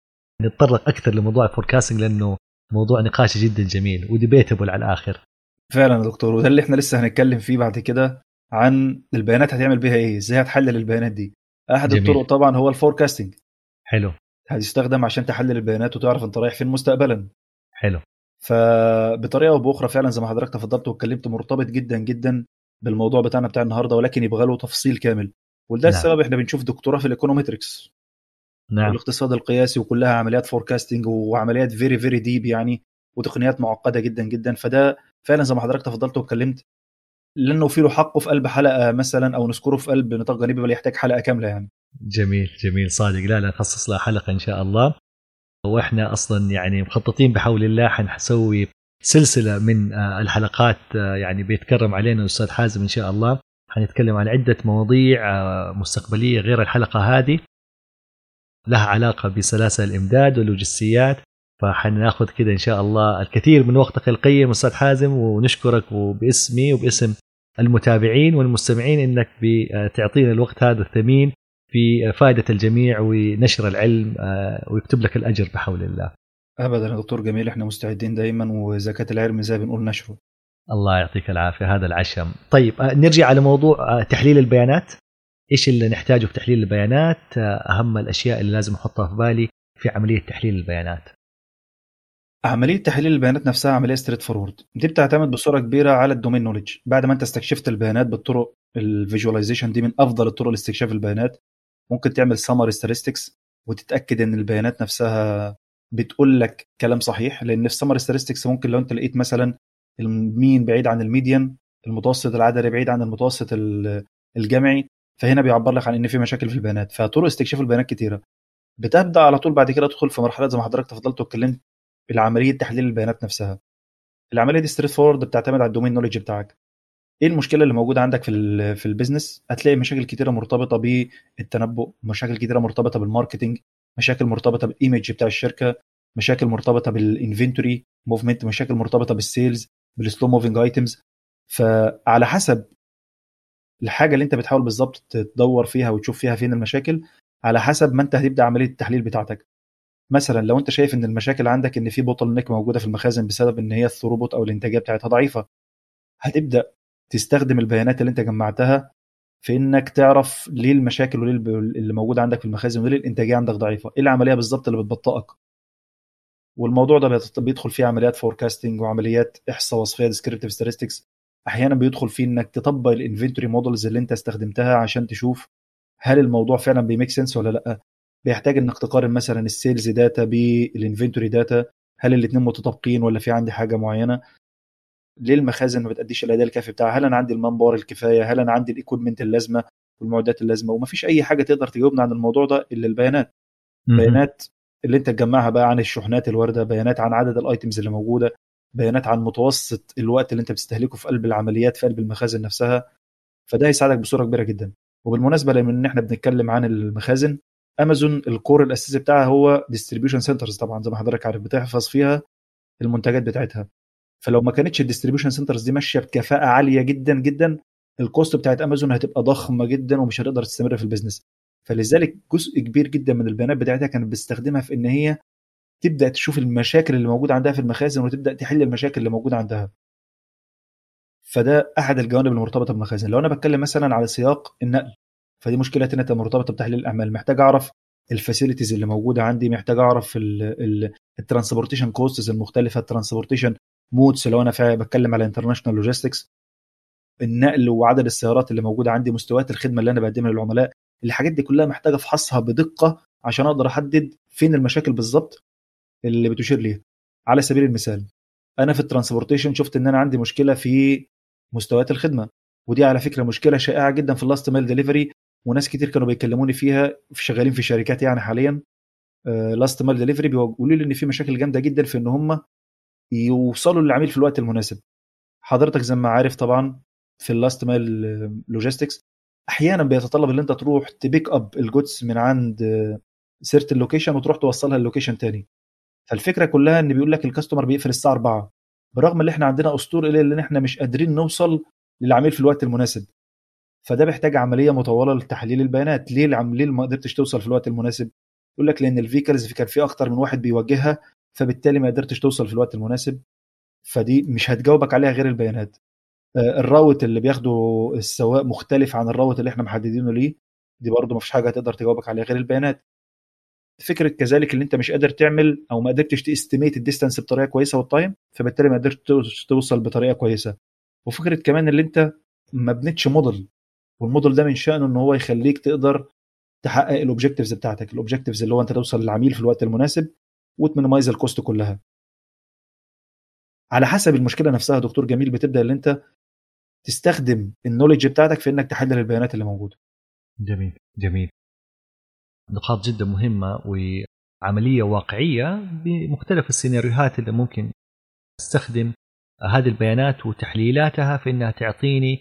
نتطرق اكثر لموضوع الفوركاستنج لانه موضوع نقاشي جدا جميل وديبيتبل على الاخر. فعلا يا دكتور، وده اللي احنا لسه هنتكلم فيه بعد كده، عن البيانات هتعمل بيها ايه، ازاي هتحلل البيانات دي. احد جميل. الطرق طبعا هو الفوركاستنج. حلو. هتستخدم عشان تحلل البيانات وتعرف انت رايح فين مستقبلا. حلو. فبطريقه او باخرى فعلا زي ما حضرتك تفضلت واتكلمت، مرتبط جدا جدا بالموضوع بتاعنا بتاع النهارده، ولكن يبغى له تفصيل كامل. وده نعم. السبب احنا بنشوف دكتوراه في الايكونومتريكس نعم. والاقتصاد القياسي، وكلها عمليات فوركاستنج وعمليات فيري فيري ديب يعني، وتقنيات معقده جدا جدا. فده فعلا زي ما حضرتك تفضلت واتكلمت، لانه في له حقه في قلب حلقه مثلا، او نذكره في قلب نطاق جانبي، بل يحتاج حلقه كامله يعني. جميل جميل صادق. لا لا نخصص لها حلقه ان شاء الله. واحنا اصلا يعني مخططين بحول الله حنسوي سلسله من الحلقات يعني بيتكرم علينا الاستاذ حازم ان شاء الله. حنتكلم عن عده مواضيع مستقبليه غير الحلقه هذه، لها علاقه بسلاسل الامداد واللوجستيات. فحناخذ كده ان شاء الله الكثير من وقتك القيم استاذ حازم، ونشكرك وباسمي وباسم المتابعين والمستمعين انك بتعطينا الوقت هذا الثمين في فائدة الجميع ونشر العلم، ويكتب لك الأجر بحول الله. أبدا يا دكتور جميل، احنا مستعدين دائما، وزكاة العلم زي بنقول نشره. الله يعطيك العافية، هذا العشم. طيب نرجع على موضوع تحليل البيانات. إيش اللي نحتاجه في تحليل البيانات؟ أهم الأشياء اللي لازم أحطها في بالي في عملية تحليل البيانات. عملية تحليل البيانات نفسها عملية ستريت فورورد، دي بتعتمد بصورة كبيرة على الدومين نوليدج. بعد ما انت استكشفت البيانات بالطرق الفيجواليزيشن، دي من أفضل الطرق لاستكشاف البيانات. ممكن تعمل سامري statistics وتتأكد ان البيانات نفسها بتقول لك كلام صحيح، لان في سامري statistics ممكن لو انت لقيت مثلا المين بعيد عن الميديان، المتوسط العددي بعيد عن المتوسط الجمعي، فهنا بيعبر لك عن ان في مشاكل في البيانات. فطرق استكشاف البيانات كتيرة. بتبدأ على طول بعد كده تدخل في مرحلة زي ما حضرتك تفضلت واتكلمت، العملية تحليل البيانات نفسها. العملية دي ستريت فورورد، بتعتمد على الدومين نوليدج بتاعك. ايه المشكله اللي موجوده عندك في في البيزنس؟ هتلاقي مشاكل كتيره مرتبطه بالتنبؤ، مشاكل كتيره مرتبطه بالماركتنج، مشاكل مرتبطه بالايمج بتاع الشركه، مشاكل مرتبطه بالانفنتوري موفمنت، مشاكل مرتبطه بالسيلز، بالسلو موفينج ايتمز. فعلى حسب الحاجه اللي انت بتحاول بالظبط تدور فيها وتشوف فيها فين المشاكل، على حسب ما انت هتبدا عمليه التحليل بتاعتك. مثلا لو انت شايف ان المشاكل عندك ان في بوتل نيك موجوده في المخازن بسبب ان هي الثروبوت او الانتاجيه بتاعتها ضعيفه، هتبدا تستخدم البيانات اللي انت جمعتها في انك تعرف ليه المشاكل وليه اللي موجوده عندك في المخازن وليه الانتاجيه عندك ضعيفه، ايه العمليه بالظبط اللي بتبطئك. والموضوع ده بيدخل فيه عمليات فوركاستنج وعمليات احصاء وصفيه ديسكريبتيف ستاتستكس. احيانا بيدخل فيه انك تطبق الانفنتوري مودلز اللي انت استخدمتها عشان تشوف هل الموضوع فعلا بيميك سنس ولا لا. بيحتاج انك تقارن مثلا السيلز داتا بالانفنتوري داتا، هل الاثنين متطابقين ولا في عندي حاجه معينه. ليه المخازن ما بتأديش الاداء الكافي بتاعها؟ هل انا عندي المانباور الكفايه؟ هل انا عندي الايكويبمنت اللازمه والمعدات اللازمه؟ وما فيش اي حاجه تقدر تجاوبنا عن الموضوع ده الا البيانات. بيانات اللي انت تجمعها بقى عن الشحنات الوارده، بيانات عن عدد الايتمز اللي موجوده، بيانات عن متوسط الوقت اللي انت بتستهلكه في قلب العمليات في قلب المخازن نفسها. فده هيساعدك بصوره كبيره جدا. وبالمناسبه لما ان احنا بنتكلم عن المخازن، امازون الكور الاساسي بتاعها هو ديستريبيوشن سنترز، طبعا زي ما حضرتك عارف بتحفظ فيها المنتجات بتاعتها. فلو ما كانتش الديستريبيوشن سنترز دي ماشيه بكفاءه عاليه جدا جدا، الكوست بتاعت امازون هتبقى ضخمه جدا ومش هتقدر تستمر في البيزنس. فلذلك جزء كبير جدا من البيانات بتاعتها كانت بتستخدمها في ان هي تبدا تشوف المشاكل اللي موجوده عندها في المخازن وتبدا تحل المشاكل اللي موجوده عندها. فده احد الجوانب المرتبطه بالمخازن. لو انا بتكلم مثلا على سياق النقل، فدي مشكله تانية مرتبطه بتحليل الاعمال. محتاج اعرف الفاسيلتيز اللي موجوده عندي، محتاج اعرف الترانسبورتيشن كوستس المختلفه، الترانسبورتيشن مودز لو انا فعلا بتكلم على انترناشونال لوجيستكس، النقل وعدد السيارات اللي موجوده عندي، مستويات الخدمه اللي انا بقدمها للعملاء. الحاجات دي كلها محتاجه افحصها بدقه عشان اقدر احدد فين المشاكل بالظبط اللي بتشير ليها. على سبيل المثال انا في الترانسبورتيشن شفت ان انا عندي مشكله في مستويات الخدمه، ودي على فكره مشكله شائعه جدا في اللاست مايل ديليفري، وناس كتير كانوا بيكلموني فيها في شغالين في شركات يعني حاليا لاست مايل ديليفري، بيقولوا لي ان في مشاكل جامده جدا في ان هم يوصلوا للعميل في الوقت المناسب. حضرتك زي ما عارف طبعا في اللاست مايل لوجيستكس احيانا بيتطلب ان انت تروح تبيك اب الجودز من عند سيرت اللوكيشن وتروح توصلها اللوكيشن تاني. فالفكره كلها ان بيقول لك الكاستمر بيقفل الساعه أربعة، برغم ان احنا عندنا اسطور الى ان احنا مش قادرين نوصل للعميل في الوقت المناسب. فده بيحتاج عمليه مطوله لتحليل البيانات. ليه العميل ما قدرتش توصل في الوقت المناسب؟ يقول لك لان الفيكلز كان في اكتر من واحد بيوجهها، فبالتالي ما قدرتش توصل في الوقت المناسب. فدي مش هتجاوبك عليها غير البيانات. الراوت اللي بياخده السواق مختلف عن الراوت اللي احنا محددينه ليه، دي برضو ما فيش حاجه هتقدر تجاوبك عليها غير البيانات. فكره كذلك اللي انت مش قادر تعمل او ما قدرتش تستيميت الديستانس بطريقه كويسه والتايم، فبالتالي ما قدرتش توصل بطريقه كويسه. وفكره كمان اللي انت ما بنتش موديل، والموديل ده من شأنه ان هو يخليك تقدر تحقق الاوبجكتيفز بتاعتك. الاوبجكتيفز اللي هو انت توصل للعميل في الوقت المناسب وتمينيمايز الكوست كلها. على حسب المشكله نفسها دكتور جميل بتبدا اللي انت تستخدم النوليدج بتاعتك في انك تحلل البيانات اللي موجوده. جميل جميل، نقاط جدا مهمه وعمليه واقعيه بمختلف السيناريوهات اللي ممكن استخدم هذه البيانات وتحليلاتها في انها تعطيني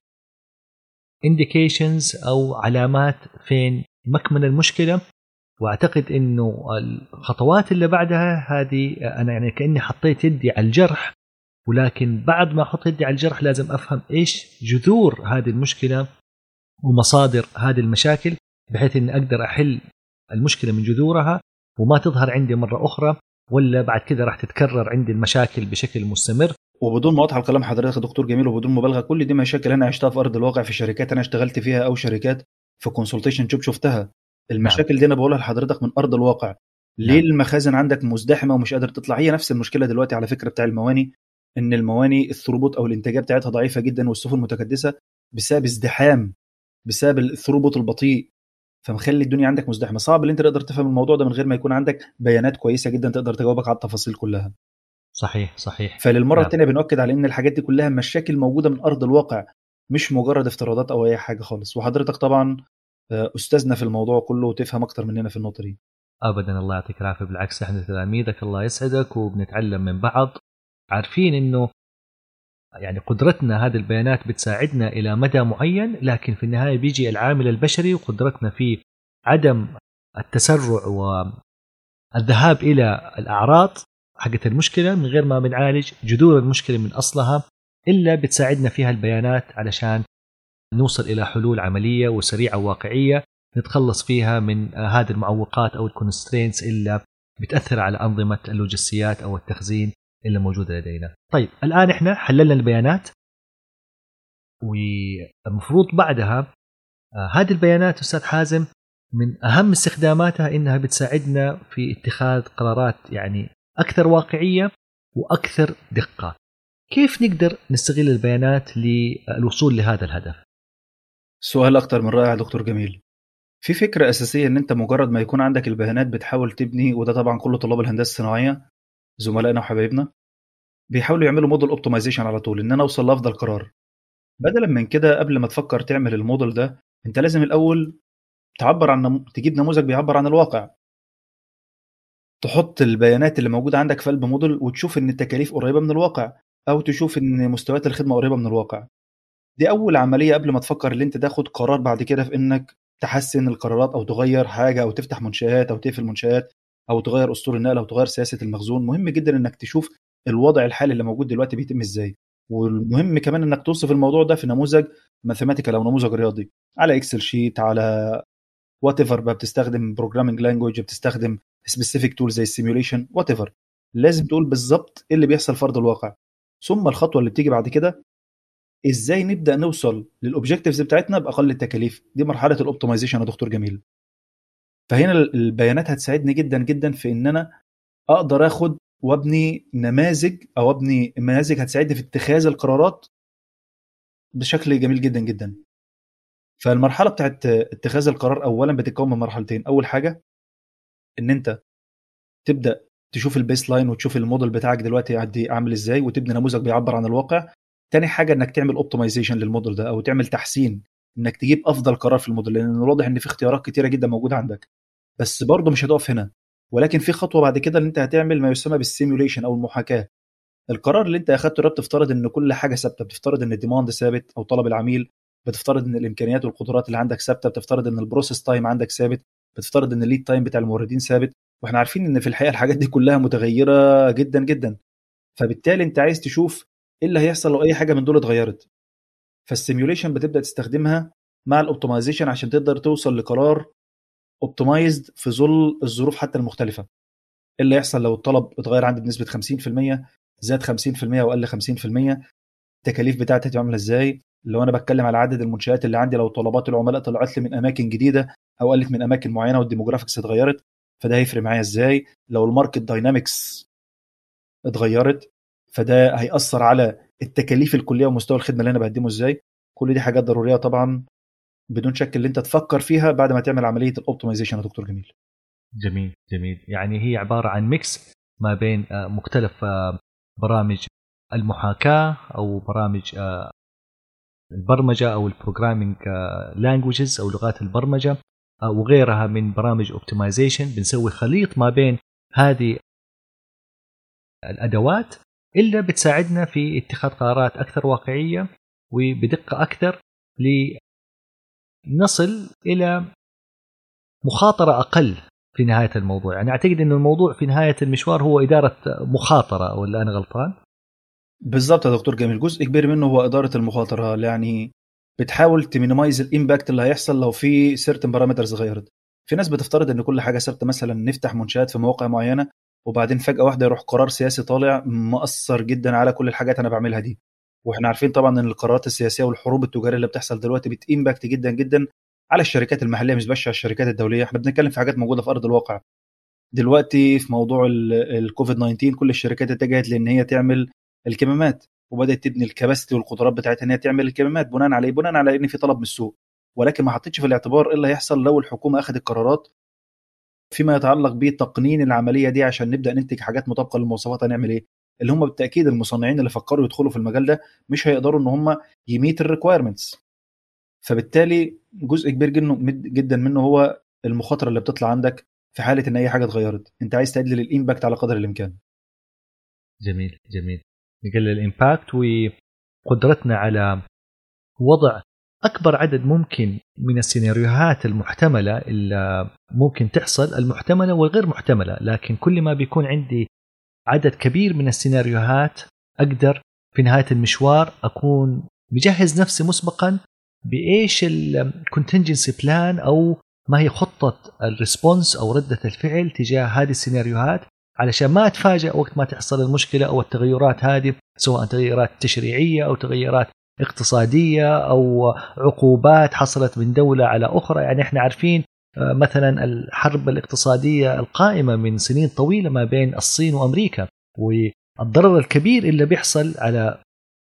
indications او علامات فين مكمن المشكله. واعتقد انه الخطوات اللي بعدها هذه انا يعني كاني حطيت يدي على الجرح، ولكن بعد ما احط يدي على الجرح لازم افهم ايش جذور هذه المشكله ومصادر هذه المشاكل، بحيث اني اقدر احل المشكله من جذورها وما تظهر عندي مره اخرى، ولا بعد كده راح تتكرر عندي المشاكل بشكل مستمر. وبدون ما اقطع الكلام حضرتك يا دكتور جميل وبدون مبالغه، كل دي مشاكل انا عشتها في ارض الواقع في شركات انا اشتغلت فيها او شركات في كونسلتيشن جوب شفتها. المشاكل نعم. دي انا بقولها لحضرتك من ارض الواقع. ليه نعم. المخازن عندك مزدحمه ومش قادر تطلع؟ هي نفس المشكله دلوقتي على فكره بتاع المواني، ان المواني الثروبوت او الانتاجيه بتاعتها ضعيفه جدا والسفن متكدسه بسبب ازدحام، بسبب الثروبوت البطيء، فمخلي الدنيا عندك مزدحمه. صعب ان انت تقدر تفهم الموضوع ده من غير ما يكون عندك بيانات كويسه جدا تقدر تجاوبك على التفاصيل كلها. صحيح صحيح. فللمره الثانيه بنؤكد على ان الحاجات دي كلها مشاكل موجوده من ارض الواقع، مش مجرد افتراضات او اي حاجه خالص. وحضرتك طبعا استاذنا في الموضوع كله وتفهم اكتر مننا في النقطه دي. ابدا الله يعطيك العافيه، بالعكس احنا تلاميذك الله يسعدك وبنتعلم من بعض، عارفين انه يعني قدرتنا هذه البيانات بتساعدنا الى مدى معين، لكن في النهايه بيجي العامل البشري وقدرتنا في عدم التسرع والذهاب الى الاعراض حقت المشكله من غير ما بنعالج جذور المشكله من اصلها، الا بتساعدنا فيها البيانات علشان نوصل الى حلول عمليه وسريعه وواقعيه نتخلص فيها من هذه المعوقات او الكونسترينتس اللي بتاثر على انظمه اللوجستيات او التخزين اللي موجوده لدينا. طيب الان احنا حللنا البيانات، والمفروض بعدها هذه البيانات استاذ حازم من اهم استخداماتها انها بتساعدنا في اتخاذ قرارات يعني اكثر واقعيه واكثر دقه. كيف نقدر نستغل البيانات للوصول لهذا الهدف؟ سؤال اكتر من رائع دكتور جميل. في فكره اساسيه ان انت مجرد ما يكون عندك البيانات بتحاول تبني، وده طبعا كل طلاب الهندسه الصناعيه زملائنا وحبايبنا بيحاولوا يعملوا موديل اوبتمايزيشن على طول، ان انا اوصل لافضل قرار. بدلا من كده قبل ما تفكر تعمل الموديل ده انت لازم الاول تعبر عن نم... تجيب نموذج بيعبر عن الواقع. تحط البيانات اللي موجودة عندك في قلب موديل وتشوف إن التكاليف قريبة من الواقع، أو تشوف إن مستويات الخدمة قريبة من الواقع. دي أول عملية قبل ما تفكر إن أنت تاخد قرار بعد كده في إنك تحسن القرارات أو تغير حاجة أو تفتح منشآت أو تقفل منشآت أو تغير أسطول النقل أو تغير سياسة المخزون. مهم جدا إنك تشوف الوضع الحالي اللي موجود دلوقتي بيتم إزاي، والمهم كمان إنك توصف الموضوع ده في نموذج ماثيماتيكال أو نموذج رياضي على إكسل شيت، على وات ايفر بقى، بتستخدم بروجرامينج لانجويج، بتستخدم سبيسيفيك تول زي السيميوليشن، وات ايفر. لازم تقول بالظبط ايه اللي بيحصل في ارض الواقع. ثم الخطوه اللي بتيجي بعد كده، ازاي نبدا نوصل للاوبجكتيفز بتاعتنا باقل التكاليف. دي مرحله الاوبتمايزيشن يا دكتور جميل. فهنا البيانات هتساعدني جدا جدا في ان انا اقدر اخد وابني نماذج او ابني نماذج هتساعدني في اتخاذ القرارات بشكل جميل جدا جدا. فالمرحله بتاعت اتخاذ القرار اولا بتتكون من مرحلتين. اول حاجه ان انت تبدا تشوف البيس لاين وتشوف الموديل بتاعك دلوقتي عادي عامل ازاي وتبني نموذج بيعبر عن الواقع. تاني حاجه انك تعمل اوبتمايزيشن للموديل ده او تعمل تحسين، انك تجيب افضل قرار في الموديل، لان الواضح ان في اختيارات كتيره جدا موجوده عندك. بس برضه مش هتقف هنا، ولكن في خطوه بعد كده اللي انت هتعمل ما يسمى بالسيميوليشن او المحاكاه. القرار اللي انت اخدته ده بتفترض ان كل حاجه ثابته، بتفترض ان الديماند ثابت او طلب العميل، بتفترض ان الامكانيات والقدرات اللي عندك ثابته، بتفترض ان البروسيس تايم عندك ثابت، بتفترض ان الليد تايم بتاع الموردين ثابت. واحنا عارفين ان في الحقيقه الحاجات دي كلها متغيره جدا جدا. فبالتالي انت عايز تشوف ايه اللي هيحصل لو اي حاجه من دول اتغيرت. فالسيميوليشن بتبدا تستخدمها مع الاوبتمايزيشن عشان تقدر توصل لقرار اوبتمايزد في ظل الظروف حتى المختلفه. ايه اللي يحصل لو الطلب اتغير عندي بنسبه خمسين في المية، زاد خمسين في المية وقل خمسين في المية، التكاليف بتاعتي هتبقى عامله ازاي؟ لو انا بتكلم على عدد المنشآت اللي عندي، لو طلبات العملاء طلعت لي من اماكن جديده او قلت من اماكن معينه والديموغرافيكس اتغيرت، فده هيفرق معايا ازاي؟ لو الماركت داينامكس اتغيرت، فده هيأثر على التكاليف الكليه ومستوى الخدمه اللي انا بقدمه ازاي. كل دي حاجات ضروريه طبعا بدون شك اللي انت تفكر فيها بعد ما تعمل عمليه الاوبتمايزيشن يا دكتور جميل. جميل جميل. يعني هي عباره عن ميكس ما بين مختلف برامج المحاكاه او برامج البرمجه او البروجرامينج لانجويجز او لغات البرمجه وغيرها من برامج اوبتمايزيشن. بنسوي خليط ما بين هذه الادوات اللي بتساعدنا في اتخاذ قرارات اكثر واقعيه وبدقه اكثر لنصل الى مخاطره اقل في نهايه الموضوع. يعني اعتقد ان الموضوع في نهايه المشوار هو اداره مخاطره، ولا انا غلطان؟ بالظبط يا دكتور جميل. جزء كبير منه هو اداره المخاطره، يعني بتحاول تمينيمايز الامباكت اللي هيحصل لو في سيرتن بارامترز غيرت. في ناس بتفترض ان كل حاجه ثابته، مثلا نفتح منشات في مواقع معينه وبعدين فجاه واحده يروح قرار سياسي طالع مؤثر جدا على كل الحاجات انا بعملها دي. واحنا عارفين طبعا ان القرارات السياسيه والحروب التجاريه اللي بتحصل دلوقتي بتامباكت جدا جدا على الشركات المحليه، مش بس على الشركات الدوليه. احنا بنتكلم في حاجات موجوده في ارض الواقع دلوقتي. في موضوع الكوفيد تسعة عشر كل الشركات اتجهت لان هي تعمل الكمامات، وبدات تبني الكباستي والقدرات بتاعتها ان هي تعمل الكمامات بناء على بناء على ان في طلب من السوق. ولكن ما حطيتش في الاعتبار ايه اللي هيحصل لو الحكومه اخذت قرارات فيما يتعلق بتقنين العمليه دي عشان نبدا ننتج حاجات مطابقه للمواصفات. هنعمل ايه؟ اللي هم بالتاكيد المصنعين اللي فكروا يدخلوا في المجال ده مش هيقدروا ان هم يميت الريكويرمنتس. فبالتالي جزء كبير جدا منه هو المخاطره اللي بتطلع عندك في حاله ان اي حاجه اتغيرت. انت عايز تقلل الامباكت على قدر الامكان. جميل جميل. نقلل الامباكت وقدرتنا على وضع اكبر عدد ممكن من السيناريوهات المحتمله اللي ممكن تحصل، المحتمله والغير محتمله. لكن كل ما بيكون عندي عدد كبير من السيناريوهات اقدر في نهايه المشوار اكون مجهز نفسي مسبقا بايش الكونتنجنسي بلان او ما هي خطه الريسبونس او رده الفعل تجاه هذه السيناريوهات، علشان ما اتفاجئ وقت ما تحصل المشكله او التغيرات هذه، سواء تغيرات تشريعيه او تغيرات اقتصاديه او عقوبات حصلت من دوله على اخرى. يعني احنا عارفين مثلا الحرب الاقتصاديه القائمه من سنين طويله ما بين الصين وامريكا، والضرر الكبير اللي بيحصل على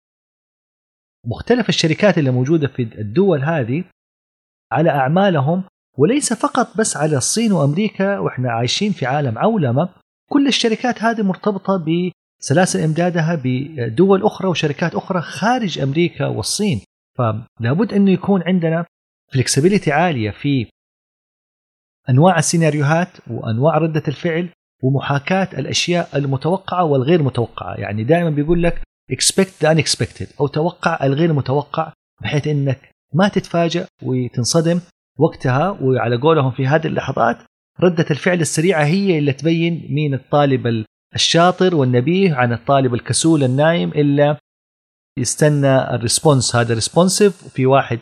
مختلف الشركات اللي موجوده في الدول هذه على اعمالهم، وليس فقط بس على الصين وامريكا. واحنا عايشين في عالم عولمه، كل الشركات هذه مرتبطه بسلاسل امدادها بدول اخرى وشركات اخرى خارج امريكا والصين. فلابد انه يكون عندنا فلكسبيليتي عاليه في انواع السيناريوهات وانواع رده الفعل ومحاكاة الأشياء المتوقعة والغير متوقعة. يعني دائما بيقول لك expect the unexpected أو توقع الغير متوقع، بحيث إنك ما تتفاجأ وتنصدم وقتها. وعلى قولهم في هذه اللحظات ردة الفعل السريعة هي اللي تبين مين الطالب الشاطر والنبيه عن الطالب الكسول النايم إلا يستنى الريسبونس. هذا ريسبونسيف، في واحد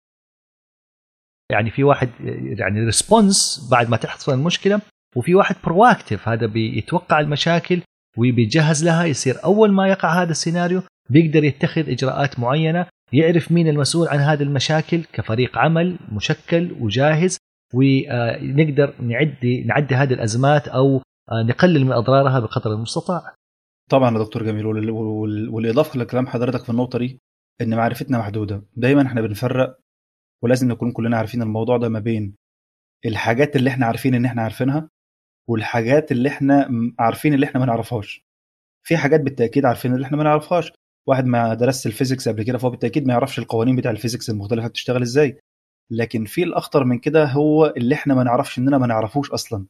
يعني في واحد يعني ريسبونس بعد ما تحصل المشكلة، وفي واحد برواكتيف، هذا بيتوقع المشاكل وبيجهز لها. يصير أول ما يقع هذا السيناريو بيقدر يتخذ إجراءات معينة، يعرف مين المسؤول عن هذه المشاكل كفريق عمل مشكل وجاهز، ونقدر نعدي نعدي هذه الأزمات أو نقلل من أضرارها بقدر المستطاع. طبعا يا دكتور جميل، والإضافة لكلام حضرتك في النقطة دي إن معرفتنا محدودة. دايما احنا بنفرق، ولازم نكون كلنا عارفين الموضوع ده، ما بين الحاجات اللي احنا عارفين ان احنا عارفينها والحاجات اللي احنا عارفين اللي احنا ما نعرفهاش. في حاجات بالتأكيد عارفين اللي احنا ما نعرفهاش، واحد ما درس الفيزيكس قبل كده فهو بالتأكيد ما يعرفش القوانين بتاع الفيزيكس المختلفة بتشتغل ازاي. لكن في الأخطر من كده هو اللي احنا ما نعرفش اننا ما نعرفوش اصلا.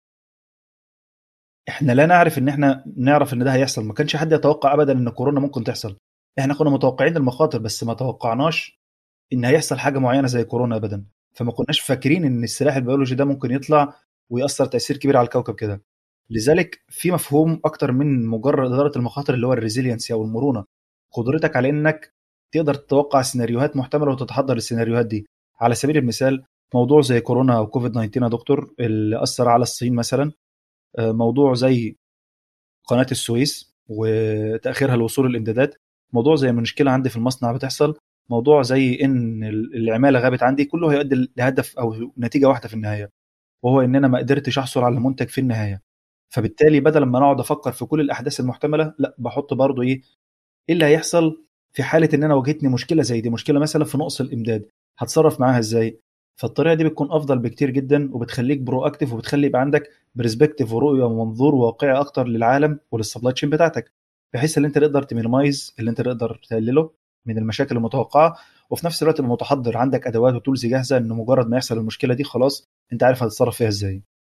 احنا لا نعرف ان احنا نعرف ان ده هيحصل. ما كانش حد يتوقع ابدا ان كورونا ممكن تحصل. احنا كنا متوقعين المخاطر بس ما توقعناش ان هيحصل حاجة معينة زي كورونا ابدا. فما كناش فاكرين ان السلاح البيولوجي ده ممكن يطلع ويأثر تأثير كبير على الكوكب كده. لذلك في مفهوم اكتر من مجرد إدارة المخاطر اللي هو الريزيلينسي او المرونة، قدرتك على انك تقدر تتوقع سيناريوهات محتملة وتتحضر للسيناريوهات دي. على سبيل المثال موضوع زي كورونا او كوفيد تسعة عشر يا دكتور اللي أثر على الصين مثلا، موضوع زي قناة السويس وتأخيرها لوصول الإمدادات، موضوع زي مشكلة عندي في المصنع بتحصل، موضوع زي ان العمالة غابت عندي، كله هيؤدي لهدف او نتيجة واحدة في النهاية، وهو ان انا ما قدرتش احصل على منتج في النهاية. فبالتالي بدل ما نقعد افكر في كل الاحداث المحتملة، لا بحط برضو ايه ايه اللي هيحصل في حالة ان انا واجهتني مشكلة زي دي، مشكلة مثلا في نقص الامداد، هتصرف معاها ازاي. فالطريقة دي بتكون افضل بكتير جدا، وبتخليك برو اكتف، وبتخلي يبقى عندك برسبكتيف ورؤية ومنظور واقعي اكتر للعالم وللسبلاي تشين بتاعتك، بحيث ان انت تقدر تمينمايز، اللي انت تقدر تقلله من المشاكل المتوقعة، وفي نفس الوقت المتحضر عندك ادوات وتولز جاهزة انه مجرد ما يحصل المشكلة دي خلاص انت عارف هتتصرف فيها ازاي.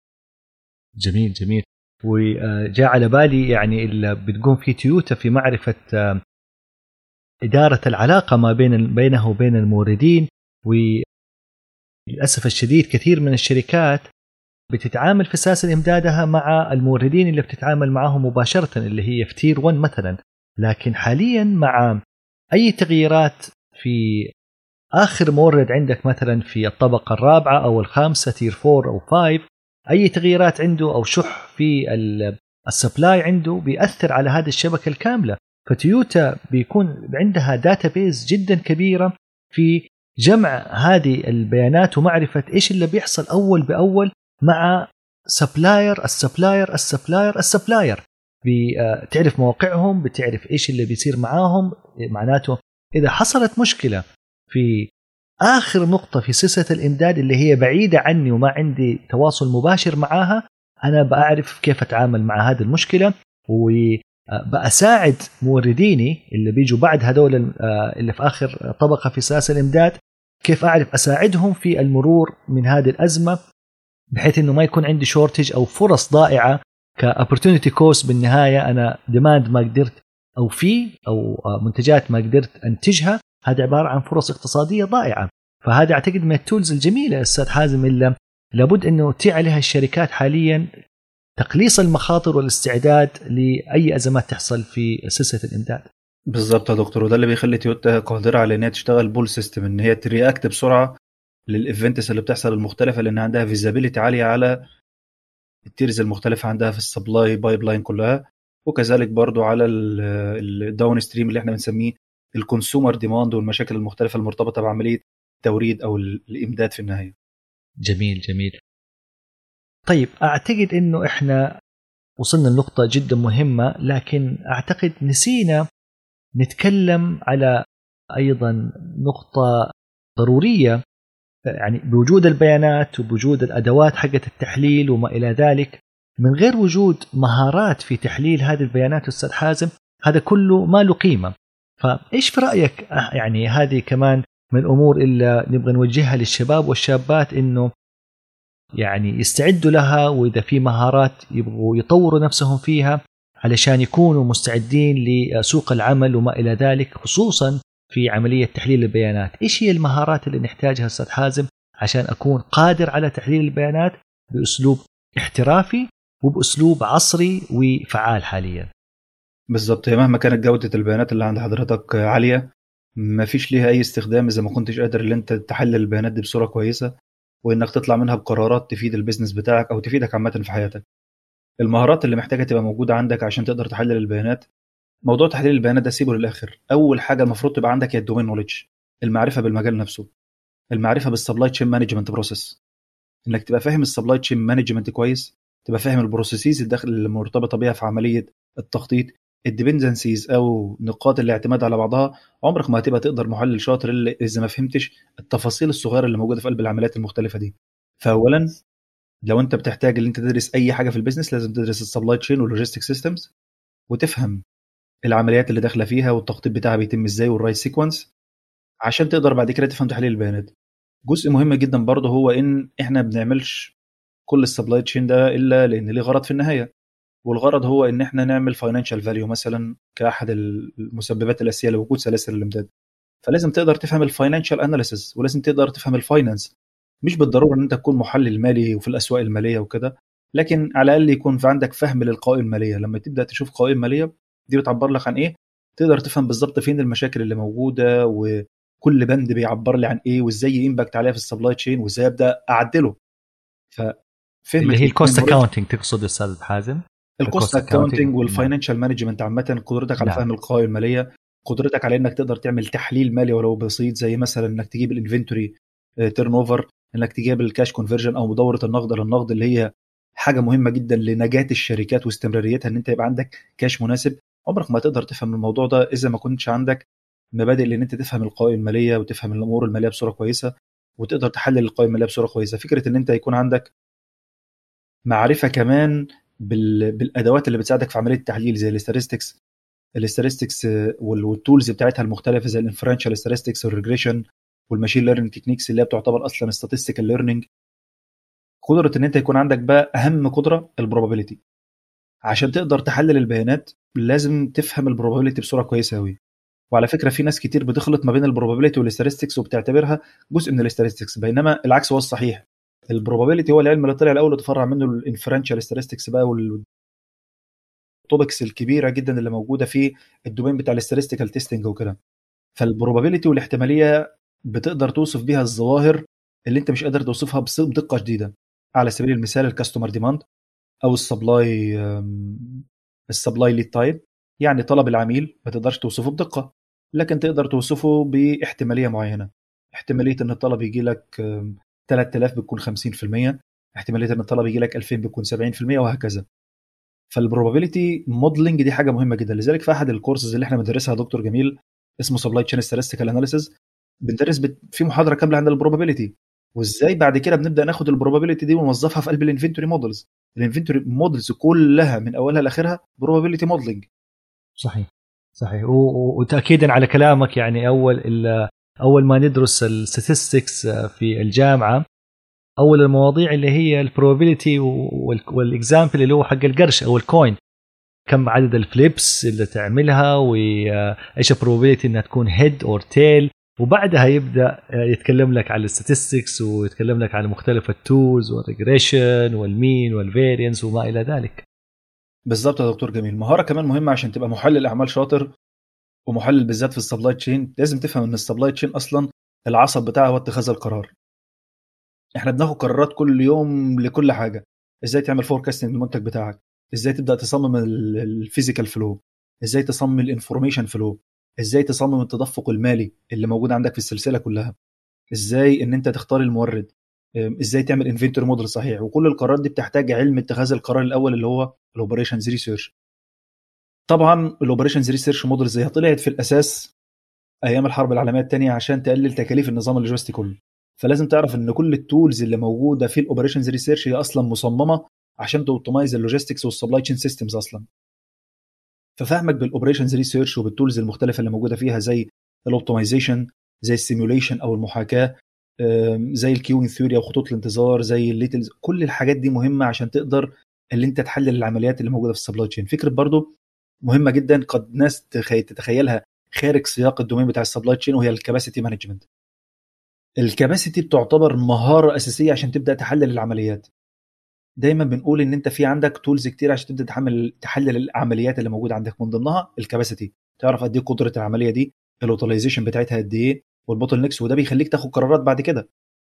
جميل جميل. وجاء على بالي يعني اللي بتقوم فيه تويوتا في معرفة إدارة العلاقة ما بين بينه وبين الموردين. وللأسف الشديد كثير من الشركات بتتعامل في سلاسل إمدادها مع الموردين اللي بتتعامل معهم مباشرة، اللي هي في تير واحد مثلا. لكن حاليا مع أي تغييرات في آخر مورد عندك مثلا في الطبقة الرابعة أو الخامسة تير أربعة أو خمسة، أي تغييرات عنده أو شح في السبلاي عنده بيأثر على هذه الشبكة الكاملة. فتويوتا بيكون عندها داتابيز جدا كبيرة في جمع هذه البيانات ومعرفة إيش اللي بيحصل أول بأول مع سبلاير السبلاير السبلاير السبلاير، بتعرف مواقعهم، بتعرف إيش اللي بيصير معاهم. معناته إذا حصلت مشكلة في آخر نقطة في سلسلة الإمداد اللي هي بعيدة عني وما عندي تواصل مباشر معاها، أنا بأعرف كيف أتعامل مع هذه المشكلة، وبأساعد مورديني اللي بيجوا بعد هذول اللي في آخر طبقة في سلاسل الإمداد كيف أعرف أساعدهم في المرور من هذه الأزمة، بحيث إنه ما يكون عندي شورتج أو فرص ضائعة كأوبورتونيتي كوست. بالنهاية أنا ديماند ما قدرت أو في أو منتجات ما قدرت أنتجها، هذا عبارة عن فرص اقتصادية ضائعة. فهذا أعتقد من التولز الجميلة أستاذ حازم اللي لابد أنه تعي عليها الشركات حاليا، تقليص المخاطر والاستعداد لأي أزمات تحصل في سلسلة الإمداد. بالضبط يا دكتور، وده اللي بيخلي تويوتا قادرة على أنها تشتغل بول سيستم، أن هي ترياكت بسرعة للإيفنتس اللي بتحصل المختلفة، لأن عندها فيزابيليتي عالية على التيرز المختلفة عندها في السبلاي بايب لاين كلها، وكذلك برضو على الداون ستريم اللي احنا بنسميه الكونسومر ديماند والمشاكل المختلفة المرتبطة بعملية التوريد أو الإمداد في النهاية. جميل جميل. طيب أعتقد أنه إحنا وصلنا لنقطة جدا مهمة، لكن أعتقد نسينا نتكلم على أيضا نقطة ضرورية، يعني بوجود البيانات وبوجود الأدوات حقة التحليل وما إلى ذلك، من غير وجود مهارات في تحليل هذه البيانات أستاذ حازم هذا كله ما له قيمة. فإيش في رأيك؟ يعني هذه كمان من الأمور اللي نبغى نوجهها للشباب والشابات، إنه يعني يستعدوا لها، وإذا في مهارات يبغوا يطوروا نفسهم فيها علشان يكونوا مستعدين لسوق العمل وما إلى ذلك، خصوصا في عملية تحليل البيانات. إيش هي المهارات اللي نحتاجها أستاذ حازم عشان أكون قادر على تحليل البيانات بأسلوب احترافي وبأسلوب عصري وفعال حاليا؟ بالظبط، هي مهما كانت جودة البيانات اللي عند حضرتك عالية، ما فيش ليها أي استخدام إذا ما كنتش قادر إن أنت تحلل البيانات دي بصورة كويسة، وإنك تطلع منها بقرارات تفيد البيزنس بتاعك أو تفيدك عامة في حياتك. المهارات اللي محتاجة تبقى موجودة عندك عشان تقدر تحلل البيانات، موضوع تحليل البيانات ده سيبه للآخر. أول حاجة المفروض تبقى عندك هي الدومين نوليدج، المعرفة بالمجال نفسه، المعرفة بالسبلاي تشين مانجمنت بروسيس، إنك تبقى فاهم السبلاي تشين مانجمنت كويس، تبقى فاهم البروسيسز الداخل المرتبطة بيها في عملية التخطيط، الديبندنسيز او نقاط الاعتماد على بعضها. عمرك ما هتبقى تقدر محلل شاطر اللي اذا ما فهمتش التفاصيل الصغيره اللي موجوده في قلب العمليات المختلفه دي. فاولا لو انت بتحتاج ان انت تدرس اي حاجه في البيزنس، لازم تدرس السبلاي تشين واللوجيستيك سيستمز، وتفهم العمليات اللي داخله فيها والتخطيط بتاعها بيتم ازاي والرايت سيكونس، عشان تقدر بعد كده تفهم تحليل البيانات. جزء مهم جدا برضه هو ان احنا بنعملش كل السبلاي تشين ده الا لان ليه غرض في النهايه، والغرض هو ان احنا نعمل فاينانشال فاليو مثلا كاحد المسببات الاساسيه لوجود سلاسل الامداد. فلازم تقدر تفهم الفاينانشال اناليسيس، ولازم تقدر تفهم الفاينانس. مش بالضروره ان انت تكون محلل مالي وفي الاسواق الماليه وكده، لكن على الاقل يكون في عندك فهم للقوائم الماليه. لما تبدا تشوف قوائم ماليه دي بتعبر لك عن ايه، تقدر تفهم بالظبط فين المشاكل اللي موجوده، وكل بند بيعبر لي عن ايه، وازاي امباكت عليها في السبلاي تشين، وازاي ابدا اعدله. ففهمك اللي هي الكوست اكاونتنج تقصد يا استاذ حازم؟ الكوست اكاونتنج والفاينانشال مانجمنت عامه، قدرتك على نعم. فهم القوائم الماليه، قدرتك على انك تقدر تعمل تحليل مالي ولو بسيط، زي مثلا انك تجيب الانفنتوري تيرن اوفر، انك تجيب الكاش كونفرجن او مدوره النقد للنقد، اللي هي حاجه مهمه جدا لنجاه الشركات واستمراريتها، ان انت يبقى عندك كاش مناسب. عمرك ما تقدر تفهم الموضوع ده اذا ما كنتش عندك مبادئ لان انت تفهم القوائم الماليه وتفهم الامور الماليه بصوره كويسه، وتقدر تحلل القوائم الماليه بصوره كويسه. فكره ان انت يكون عندك معرفه كمان بال... بالادوات اللي بتساعدك في عمليه التحليل زي الاستاتستكس الاستاتستكس والتولز بتاعتها المختلفه زي الانفرنشال استاتستكس والريجريشن والماشين ليرنينج تكنيكس اللي هي بتعتبر اصلا statistical ليرنينج. قدره ان انت يكون عندك بقى اهم قدره البروبابيلتي. عشان تقدر تحلل البيانات لازم تفهم البروبابيلتي بصوره كويسه قوي. وعلى فكره في ناس كتير بتخلط ما بين البروبابيلتي والاستاتستكس وبتعتبرها جزء من الاستاتستكس، بينما العكس هو الصحيح. البروبابيلتي هو العلم اللي طلع الاول وتفرع منه الانفرنشال statistics بقى وال التوبكس الكبيره جدا اللي موجوده في الدومين بتاع الاستاتستيكال تيستنج وكده. فالبروبابيلتي والاحتماليه بتقدر توصف بيها الظواهر اللي انت مش قادر توصفها بدقه شديده. على سبيل المثال الكاستمر ديماند او السبلاي السبلاي ليد تايب، يعني طلب العميل ما تقدرش توصفه بدقه، لكن تقدر توصفه باحتماليه معينه. احتماليه ان الطلب يجي لك ثلاثة آلاف بتكون خمسين في المية، احتماليه ان الطلب يجي لك ألفين بتكون سبعين في المية، وهكذا. فالبروبابيلتي موديلنج دي حاجه مهمه جدا. لذلك في احد الكورسز اللي احنا بندرسها دكتور جميل اسمه سبلاي تشين ستاتستيكال اناليسيس، بندرس في محاضره كامله عن البروبابيلتي، وازاي بعد كده بنبدا ناخد البروبابيلتي دي ونوظفها في قلب الانفنتوري مودلز. الانفنتوري مودلز كلها من اولها لاخرها بروبابيلتي موديلنج. صحيح صحيح. وتاكيدا على كلامك، يعني اول اول ما ندرس الستاتستكس في الجامعه، اول المواضيع اللي هي البروبابيلتي والاكزامبل اللي هو حق القرش او الكوين، كم عدد الفليبس اللي تعملها وايش البروبابيلتي انها تكون هيد اور تيل، وبعدها يبدا يتكلم لك على الستاتستكس ويتكلم لك على مختلف التولز والريجريشن والمين والفاريانس وما الى ذلك. بالظبط يا دكتور جميل. مهاره كمان مهمه عشان تبقى محلل اعمال شاطر ومحلل بالذات في السبلاي تشين، لازم تفهم ان السبلاي تشين اصلا العصب بتاعها هو اتخاذ القرار. احنا بناخد قرارات كل يوم لكل حاجه، ازاي تعمل فوركاستنج للمنتج بتاعك، ازاي تبدا تصمم الفيزيكال فلو، ازاي تصمم الانفورميشن فلو، ازاي تصمم التدفق المالي اللي موجود عندك في السلسله كلها، ازاي ان انت تختار المورد، ازاي تعمل انفنتوري موديل صحيح. وكل القرارات دي بتحتاج علم اتخاذ القرار الاول اللي هو الاوبريشنز ريسيرش. طبعا الاوبريشنز ريسيرش موديلز هي طلعت في الاساس ايام الحرب العالميه الثانيه عشان تقلل تكاليف النظام اللوجستي كله. فلازم تعرف ان كل التولز اللي موجوده في الاوبريشنز ريسيرش هي اصلا مصممه عشان توتومايز اللوجيستكس والسبلاي تشين سيستمز اصلا. ففهمك بالاوبريشنز ريسيرش وبالتولز المختلفه اللي موجوده فيها زي الاوبتمايزيشن، زي السيميوليشن او المحاكاه، زي الكيوين ثيوري او خطوط الانتظار، زي الليتلز، كل الحاجات دي مهمه عشان تقدر اللي انت تحلل العمليات اللي موجوده في السبلاي تشين. فكره برضو مهمه جدا قد ناس تتخيلها خارج سياق الدومين بتاع السبلاي تشين، وهي الكباسيتي مانجمنت. الكباسيتي بتعتبر مهاره اساسيه عشان تبدا تحلل العمليات. دايما بنقول ان انت في عندك تولز كتير عشان تبدا تحمل تحلل العمليات اللي موجوده عندك، من ضمنها الكباسيتي، تعرف قد ايه قدره العمليه دي، الاوتلايزيشن بتاعتها قد ايه، والبوتل نيكس، وده بيخليك تاخد قرارات بعد كده.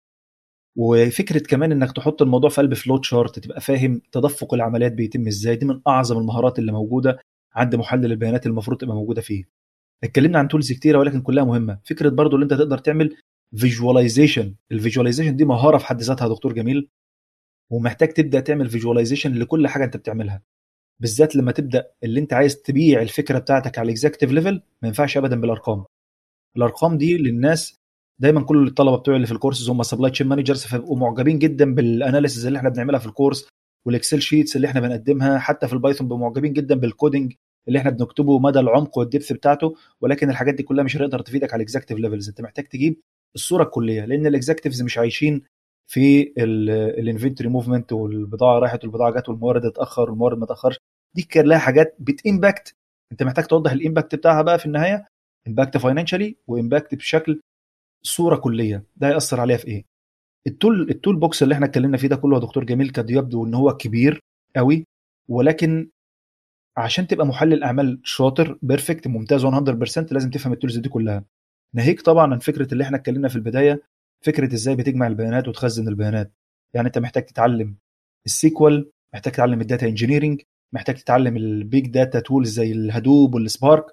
وفكره كمان انك تحط الموضوع في قلب فلوت شارت، تبقى فاهم تدفق العمليات بيتم ازاي، دي من اعظم المهارات اللي موجوده عند محلل البيانات المفروض تبقى موجوده فيه. اتكلمنا عن تولز كتيره ولكن كلها مهمه. فكره برضو اللي انت تقدر تعمل فيجواليزيشن، الفيجواليزيشن دي مهاره في حد ذاتها يا دكتور جميل، ومحتاج تبدا تعمل فيجواليزيشن لكل حاجه انت بتعملها، بالذات لما تبدا اللي انت عايز تبيع الفكره بتاعتك على الاكزيكتيف ليفل. ما ينفعش ابدا بالارقام. الارقام دي للناس دايما، كل الطلبه بتوع اللي في الكورسز هم سبلاي تشين مانجرز، فبقوا معجبين جدا بالاناليسيز اللي احنا بنعملها في الكورس والاكسل شيتس اللي احنا بنقدمها. حتى في البايثون بقوا معجبين جدا بالكودينج اللي احنا بنكتبه، مدى العمق والدبث بتاعته. ولكن الحاجات دي كلها مش هتقدر تفيدك على الاكزيكتيف ليفلز. انت محتاج تجيب الصوره الكليه، لان الاكزيكتيفز مش عايشين في الانفنتوري موفمنت، والبضاعه راحت والبضاعه جت والمورد اتاخر والمورد ما اتاخرش. دي كلها حاجات بتامباكت، انت محتاج توضح الامباكت بتاعها بقى في النهايه، امباكت فاينانشالي وامباكت بشكل صوره كليه، ده هياثر عليها في ايه. التول التول بوكس اللي احنا اتكلمنا فيه ده كله يا دكتور جميل قد يبدو ان هو كبير قوي، ولكن عشان تبقى محلل اعمال شاطر بيرفكت ممتاز مية بالمية لازم تفهم التولز دي كلها. ناهيك طبعا عن فكره اللي احنا اتكلمنا في البدايه، فكره ازاي بتجمع البيانات وتخزن البيانات. يعني انت محتاج تتعلم السيكوال، محتاج تتعلم الداتا انجينيرنج، محتاج تتعلم البيج داتا تولز زي الهدوب والسبارك،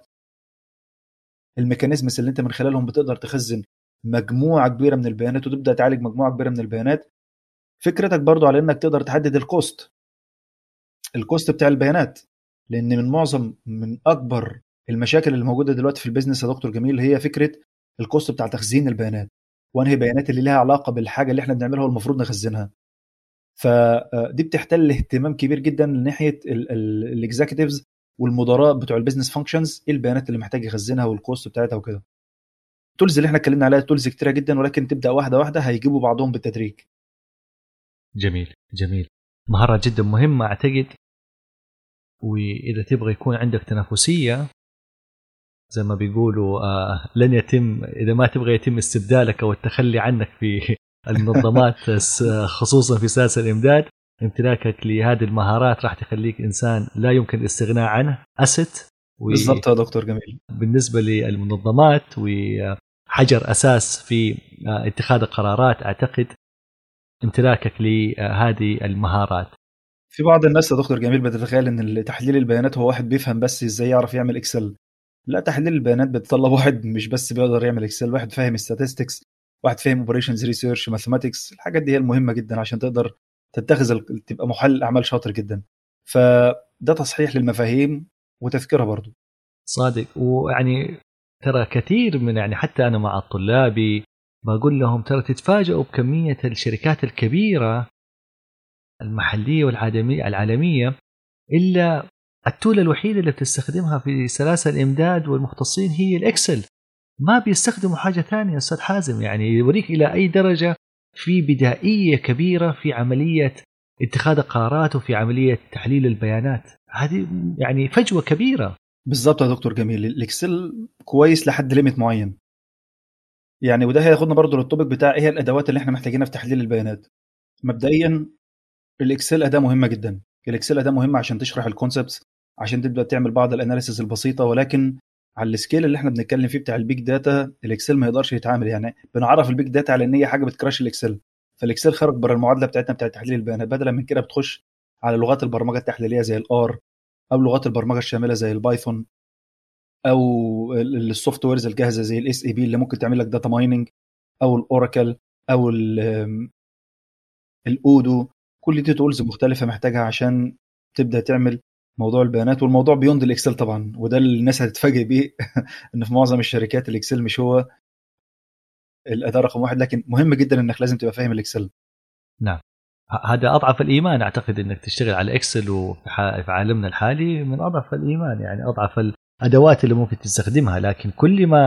الميكانيزمز اللي انت من خلالهم بتقدر تخزن مجموعه كبيره من البيانات وتبدا تعالج مجموعه كبيره من البيانات. فكرتك برضو على انك تقدر تحدد الكوست الكوست بتاع البيانات، لان من معظم من اكبر المشاكل اللي موجوده دلوقتي في البيزنس يا دكتور جميل هي فكره الكوست بتاع تخزين البيانات، وانهي بيانات اللي لها علاقه بالحاجه اللي احنا بنعملها والمفروض نخزنها. فدي بتحتل اهتمام كبير جدا من ناحيه الاكزيكتيفز والمدراء بتوع البيزنس فانكشنز، ايه البيانات اللي محتاج يخزنها والكوست بتاعتها وكده. التولز اللي احنا اتكلمنا عليها تولز كتيره جدا، ولكن تبدا واحده واحده هيجيبوا بعضهم بالتدريج. جميل جميل، مهاره جدا مهمه اعتقد. واذا تبغى يكون عندك تنافسيه زي ما بيقولوا آه لن يتم، اذا ما تبغى يتم استبدالك او التخلي عنك في المنظمات خصوصا في سلاسل الامداد، امتلاكك لهذه المهارات راح تخليك انسان لا يمكن الاستغناء عنه، اسيت. بالضبط يا دكتور جميل. بالنسبه للمنظمات وحجر اساس في اتخاذ القرارات، اعتقد امتلاكك لهذه المهارات. في بعض الناس يا دكتور جميل بتتخيل ان تحليل البيانات هو واحد بيفهم بس ازاي يعرف يعمل اكسل. لا، تحليل البيانات بتطلب واحد مش بس بيقدر يعمل اكسل، واحد فاهم statistics، واحد فاهم اوبريشنز ريسيرش ماثيماتكس. الحاجات دي هي المهمه جدا عشان تقدر تتخذ تبقى محلل اعمال شاطر جدا. فده تصحيح للمفاهيم وتذكرها برضو. صادق. ويعني ترى كثير من يعني حتى انا مع طلابي بقول لهم ترى تتفاجئوا بكميه الشركات الكبيره المحليه والعالميه العالميه الا التول الوحيده اللي بتستخدمها في سلاسل الامداد والمختصين هي الاكسل، ما بيستخدموا حاجه ثانيه. استاذ حازم يعني يوريك الى اي درجه في بدائيه كبيره في عمليه اتخاذ القرارات وفي عمليه تحليل البيانات. هذه يعني فجوه كبيره. بالضبط يا دكتور جميل. الاكسل كويس لحد ليميت معين يعني، وده هياخدنا برضو للتوبيك بتاع ايه الادوات اللي احنا محتاجينها في تحليل البيانات. مبدئيا الاكسل اداه مهمه جدا، الاكسل اداه مهمه عشان تشرح الكونسبتس، عشان تبدا تعمل بعض الاناليسيس البسيطه، ولكن على السكيل اللي احنا بنتكلم فيه بتاع البيج داتا الاكسل ما يقدرش يتعامل. يعني بنعرف البيج داتا على ان هي حاجه بتكراش الاكسل، فالاكسل خرج بره المعادله بتاعتنا بتاعه تحليل البيانات. بدلا من كده بتخش على لغات البرمجه التحليليه زي الار، او لغات البرمجه الشامله زي البايثون، او السوفت ويرز الجاهزه زي الاس اي بي اللي ممكن تعمل لك داتا مايننج، او الاوراكل، او الاودو. كل دي تولز مختلفه محتاجها عشان تبدا تعمل موضوع البيانات. والموضوع بيوند الاكسل طبعا، وده اللي الناس هتتفاجئ بيه ان في معظم الشركات الاكسل مش هو الاداه رقم واحد، لكن مهم جدا انك لازم تبقى فاهم الاكسل. نعم، هذا اضعف الايمان. اعتقد انك تشتغل على اكسل وفي عالمنا الحالي من اضعف الايمان، يعني اضعف الادوات اللي ممكن تستخدمها. لكن كل ما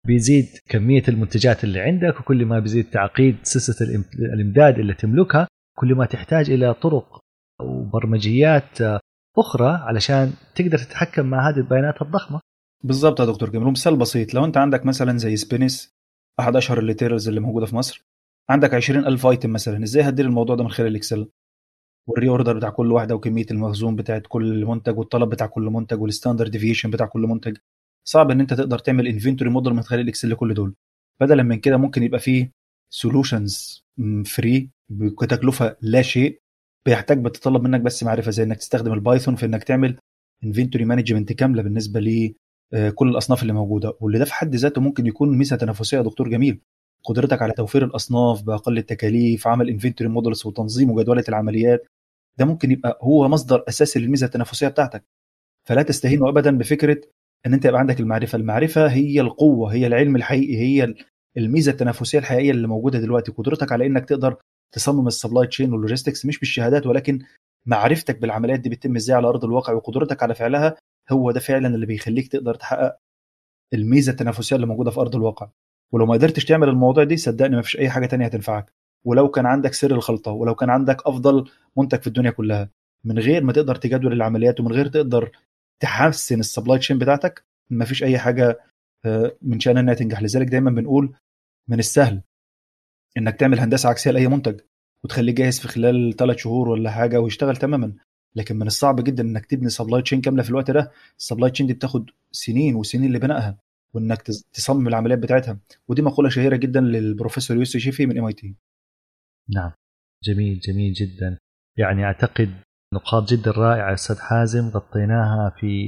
بيزيد كمية المنتجات اللي عندك، وكل ما بيزيد تعقيد سلسلة الإمداد اللي تملكها كل ما تحتاج إلى طرق وبرمجيات أخرى علشان تقدر تتحكم مع هذه البيانات الضخمة. بالضبط يا دكتور جميل. مثال بسيط، لو أنت عندك مثلا زي سبينس أحد أشهر الريتيلرز اللي موجودة في مصر، عندك عشرين ألف ايتم مثلا، إزاي هتدير الموضوع ده من خلال الإكسل؟ والري اوردر بتاع كل واحدة وكمية المخزون بتاعت كل منتج والطلب بتاع كل منتج والستاندرد ديفيشن بتاع كل منتج. صعب ان انت تقدر تعمل انفنتوري موديل من خلال الاكسل لكل دول. بدلا من كده ممكن يبقى فيه سولوشنز فري بتكلفه لا شيء، بيحتاج بتطلب منك بس معرفه زي انك تستخدم البايثون في انك تعمل انفنتوري مانجمنت كامله بالنسبه لكل الاصناف اللي موجوده، واللي ده في حد ذاته ممكن يكون ميزه تنافسيه يا دكتور جميل. قدرتك على توفير الاصناف باقل التكاليف، عمل انفنتوري موديلز وتنظيم وجدوله العمليات، ده ممكن يبقى هو مصدر اساسي للميزه التنافسيه بتاعتك. فلا تستهينوا ابدا بفكره ان انت يبقى عندك المعرفه. المعرفه هي القوه، هي العلم الحقيقي، هي الميزه التنافسيه الحقيقيه اللي موجوده دلوقتي. قدرتك على انك تقدر تصمم السبلاي تشين واللوجيستكس مش بالشهادات، ولكن معرفتك بالعمليات دي بتتم ازاي على ارض الواقع وقدرتك على فعلها، هو ده فعلا اللي بيخليك تقدر تحقق الميزه التنافسيه اللي موجوده في ارض الواقع. ولو ما قدرتش تعمل الموضوع دي صدقني ما فيش اي حاجه تانية هتنفعك. ولو كان عندك سر الخلطه، ولو كان عندك افضل منتج في الدنيا كلها، من غير ما تقدر تجدول العمليات ومن غير تقدر تحسن السبلاي تشين بتاعتك، ما فيش اي حاجه من شأنها انها تنجح. لذلك دايما بنقول من السهل انك تعمل هندسه عكسيه لاي منتج وتخليه جاهز في خلال ثلاث شهور ولا حاجه ويشتغل تماما، لكن من الصعب جدا انك تبني سبلاي تشين كامله في الوقت ده. السبلاي تشين دي بتاخد سنين وسنين لبنائها وانك تصمم العمليات بتاعتها. ودي مقوله شهيره جدا للبروفيسور يوسف شيفي من ام اي تي. نعم، جميل جميل جدا. يعني اعتقد نقاط جدا رائعه استاذ حازم غطيناها في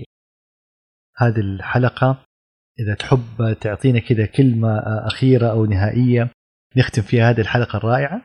هذه الحلقه. اذا تحب تعطينا كده كلمه اخيره او نهائيه نختم فيها هذه الحلقه الرائعه.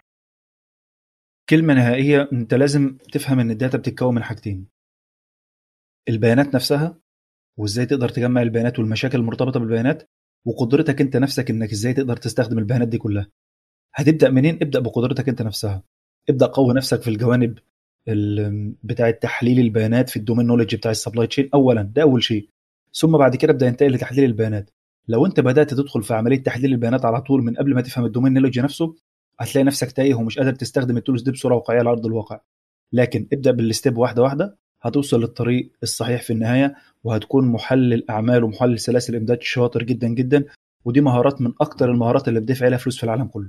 كلمه نهائيه، انت لازم تفهم ان الداتا بتتكون من حاجتين: البيانات نفسها وازاي تقدر تجمع البيانات والمشاكل المرتبطه بالبيانات، وقدرتك انت نفسك انك ازاي تقدر تستخدم البيانات دي كلها. هتبدا منين؟ ابدا بقدرتك انت نفسها. ابدا قوي نفسك في الجوانب بتاعه تحليل البيانات في الدومين نوليدج بتاع السبلاي تشين اولا، ده اول شيء. ثم بعد كده ابدا انتقل لتحليل البيانات. لو انت بدات تدخل في عمليه تحليل البيانات على طول من قبل ما تفهم الدومين نوليدج نفسه، هتلاقي نفسك تايه ومش قادر تستخدم التولز دي بصوره واقعيه على ارض الواقع. لكن ابدا بالستيب واحده واحده، هتوصل للطريق الصحيح في النهايه، وهتكون محلل اعمال ومحلل سلاسل امداد شاطر جدا جدا. ودي مهارات من اكتر المهارات اللي بدفع لها فلوس في العالم كله.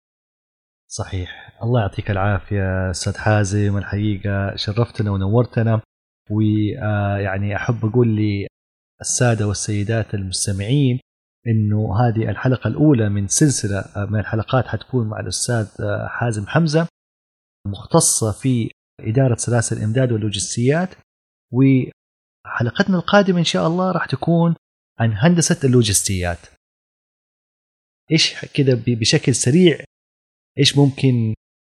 صحيح. الله يعطيك العافيه استاذ حازم، الحقيقه شرفتنا ونورتنا. ويعني احب اقول للساده والسيدات المستمعين انه هذه الحلقه الاولى من سلسله من الحلقات حتكون مع الاستاذ حازم حمزه، مختصه في اداره سلاسل الامداد واللوجستيات. وحلقتنا القادمه ان شاء الله راح تكون عن هندسه اللوجستيات. ايش كده بشكل سريع ايش ممكن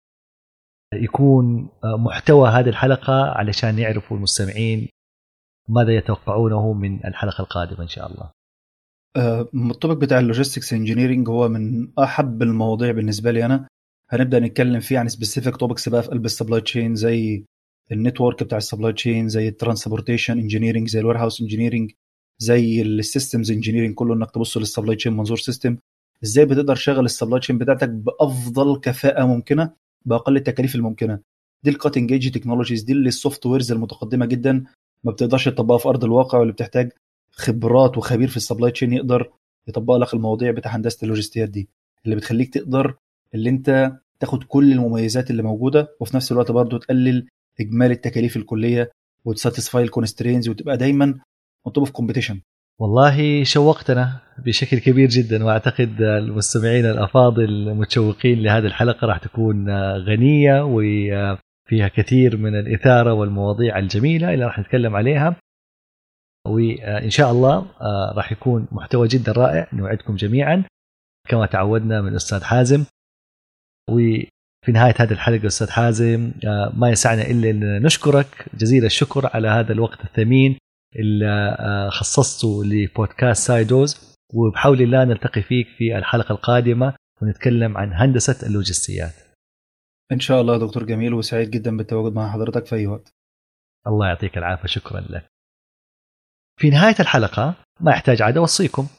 يكون محتوى هذه الحلقه علشان يعرفوا المستمعين ماذا يتوقعونه من الحلقه القادمه ان شاء الله. الطبق بتاع اللوجيستكس انجينيرنج هو من احب المواضيع بالنسبه لي انا. هنبدا نتكلم فيه عن سبيسيفيك توبكس بقى في قلب السبلاي تشين، زي النتورك بتاع السبلاي تشين، زي الترانسبورتيشن انجينيرنج، زي الوير هاوس انجينيرنج، زي السيستمز انجينيرنج. كله انك تبص للسبلاي تشين منظور سيستم، ازاي بتقدر تشغل السبلاي تشين بتاعتك بافضل كفاءه ممكنه باقل التكاليف الممكنه. دي الكاتنج ايدج تكنولوجيز، دي اللي السوفت ويرز المتقدمه جدا ما بتقدرش تطبقها في ارض الواقع، واللي بتحتاج خبرات وخبير في السبلاي تشين يقدر يطبق لك المواضيع بتاع هندسه اللوجستيات دي، اللي بتخليك تقدر اللي انت تاخد كل المميزات اللي موجوده، وفي نفس الوقت برضو تقلل اجمالي التكاليف الكليه وتساتيسفاي الكونسترينز وتبقى دايما مطلوب في كومبيتيشن. والله شوقتنا بشكل كبير جدا، واعتقد المستمعين الافاضل متشوقين لهذه الحلقه، راح تكون غنيه وفيها كثير من الاثاره والمواضيع الجميله اللي راح نتكلم عليها. وإن شاء الله راح يكون محتوى جدا رائع نوعدكم جميعا كما تعودنا من الأستاذ حازم. وفي نهاية هذه الحلقة أستاذ حازم ما يسعنا إلا أن نشكرك جزيل الشكر على هذا الوقت الثمين اللي خصصته لبودكاست سايدوز، وبحول الله نلتقي فيك في الحلقة القادمة ونتكلم عن هندسة اللوجستيات إن شاء الله. دكتور جميل، وسعيد جدا بالتواجد مع حضرتك في أي وقت. الله يعطيك العافية، شكرا لك. في نهاية الحلقة ما يحتاج عاد أوصيكم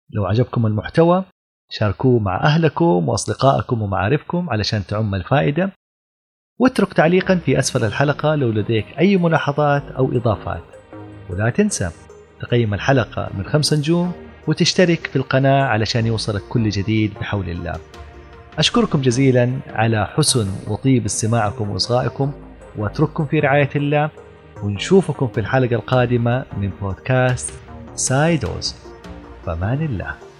لو عجبكم المحتوى شاركوه مع أهلكم وأصدقائكم ومعارفكم علشان تعم الفائدة، واترك تعليقا في أسفل الحلقة لو لديك أي ملاحظات أو إضافات. ولا تنسى تقيم الحلقة من خمس نجوم وتشترك في القناة علشان يوصلك كل جديد بحول الله. أشكركم جزيلا على حسن وطيب استماعكم وإصغائكم، وأترككم في رعاية الله، ونشوفكم في الحلقة القادمة من بودكاست سايدوز. فمان الله.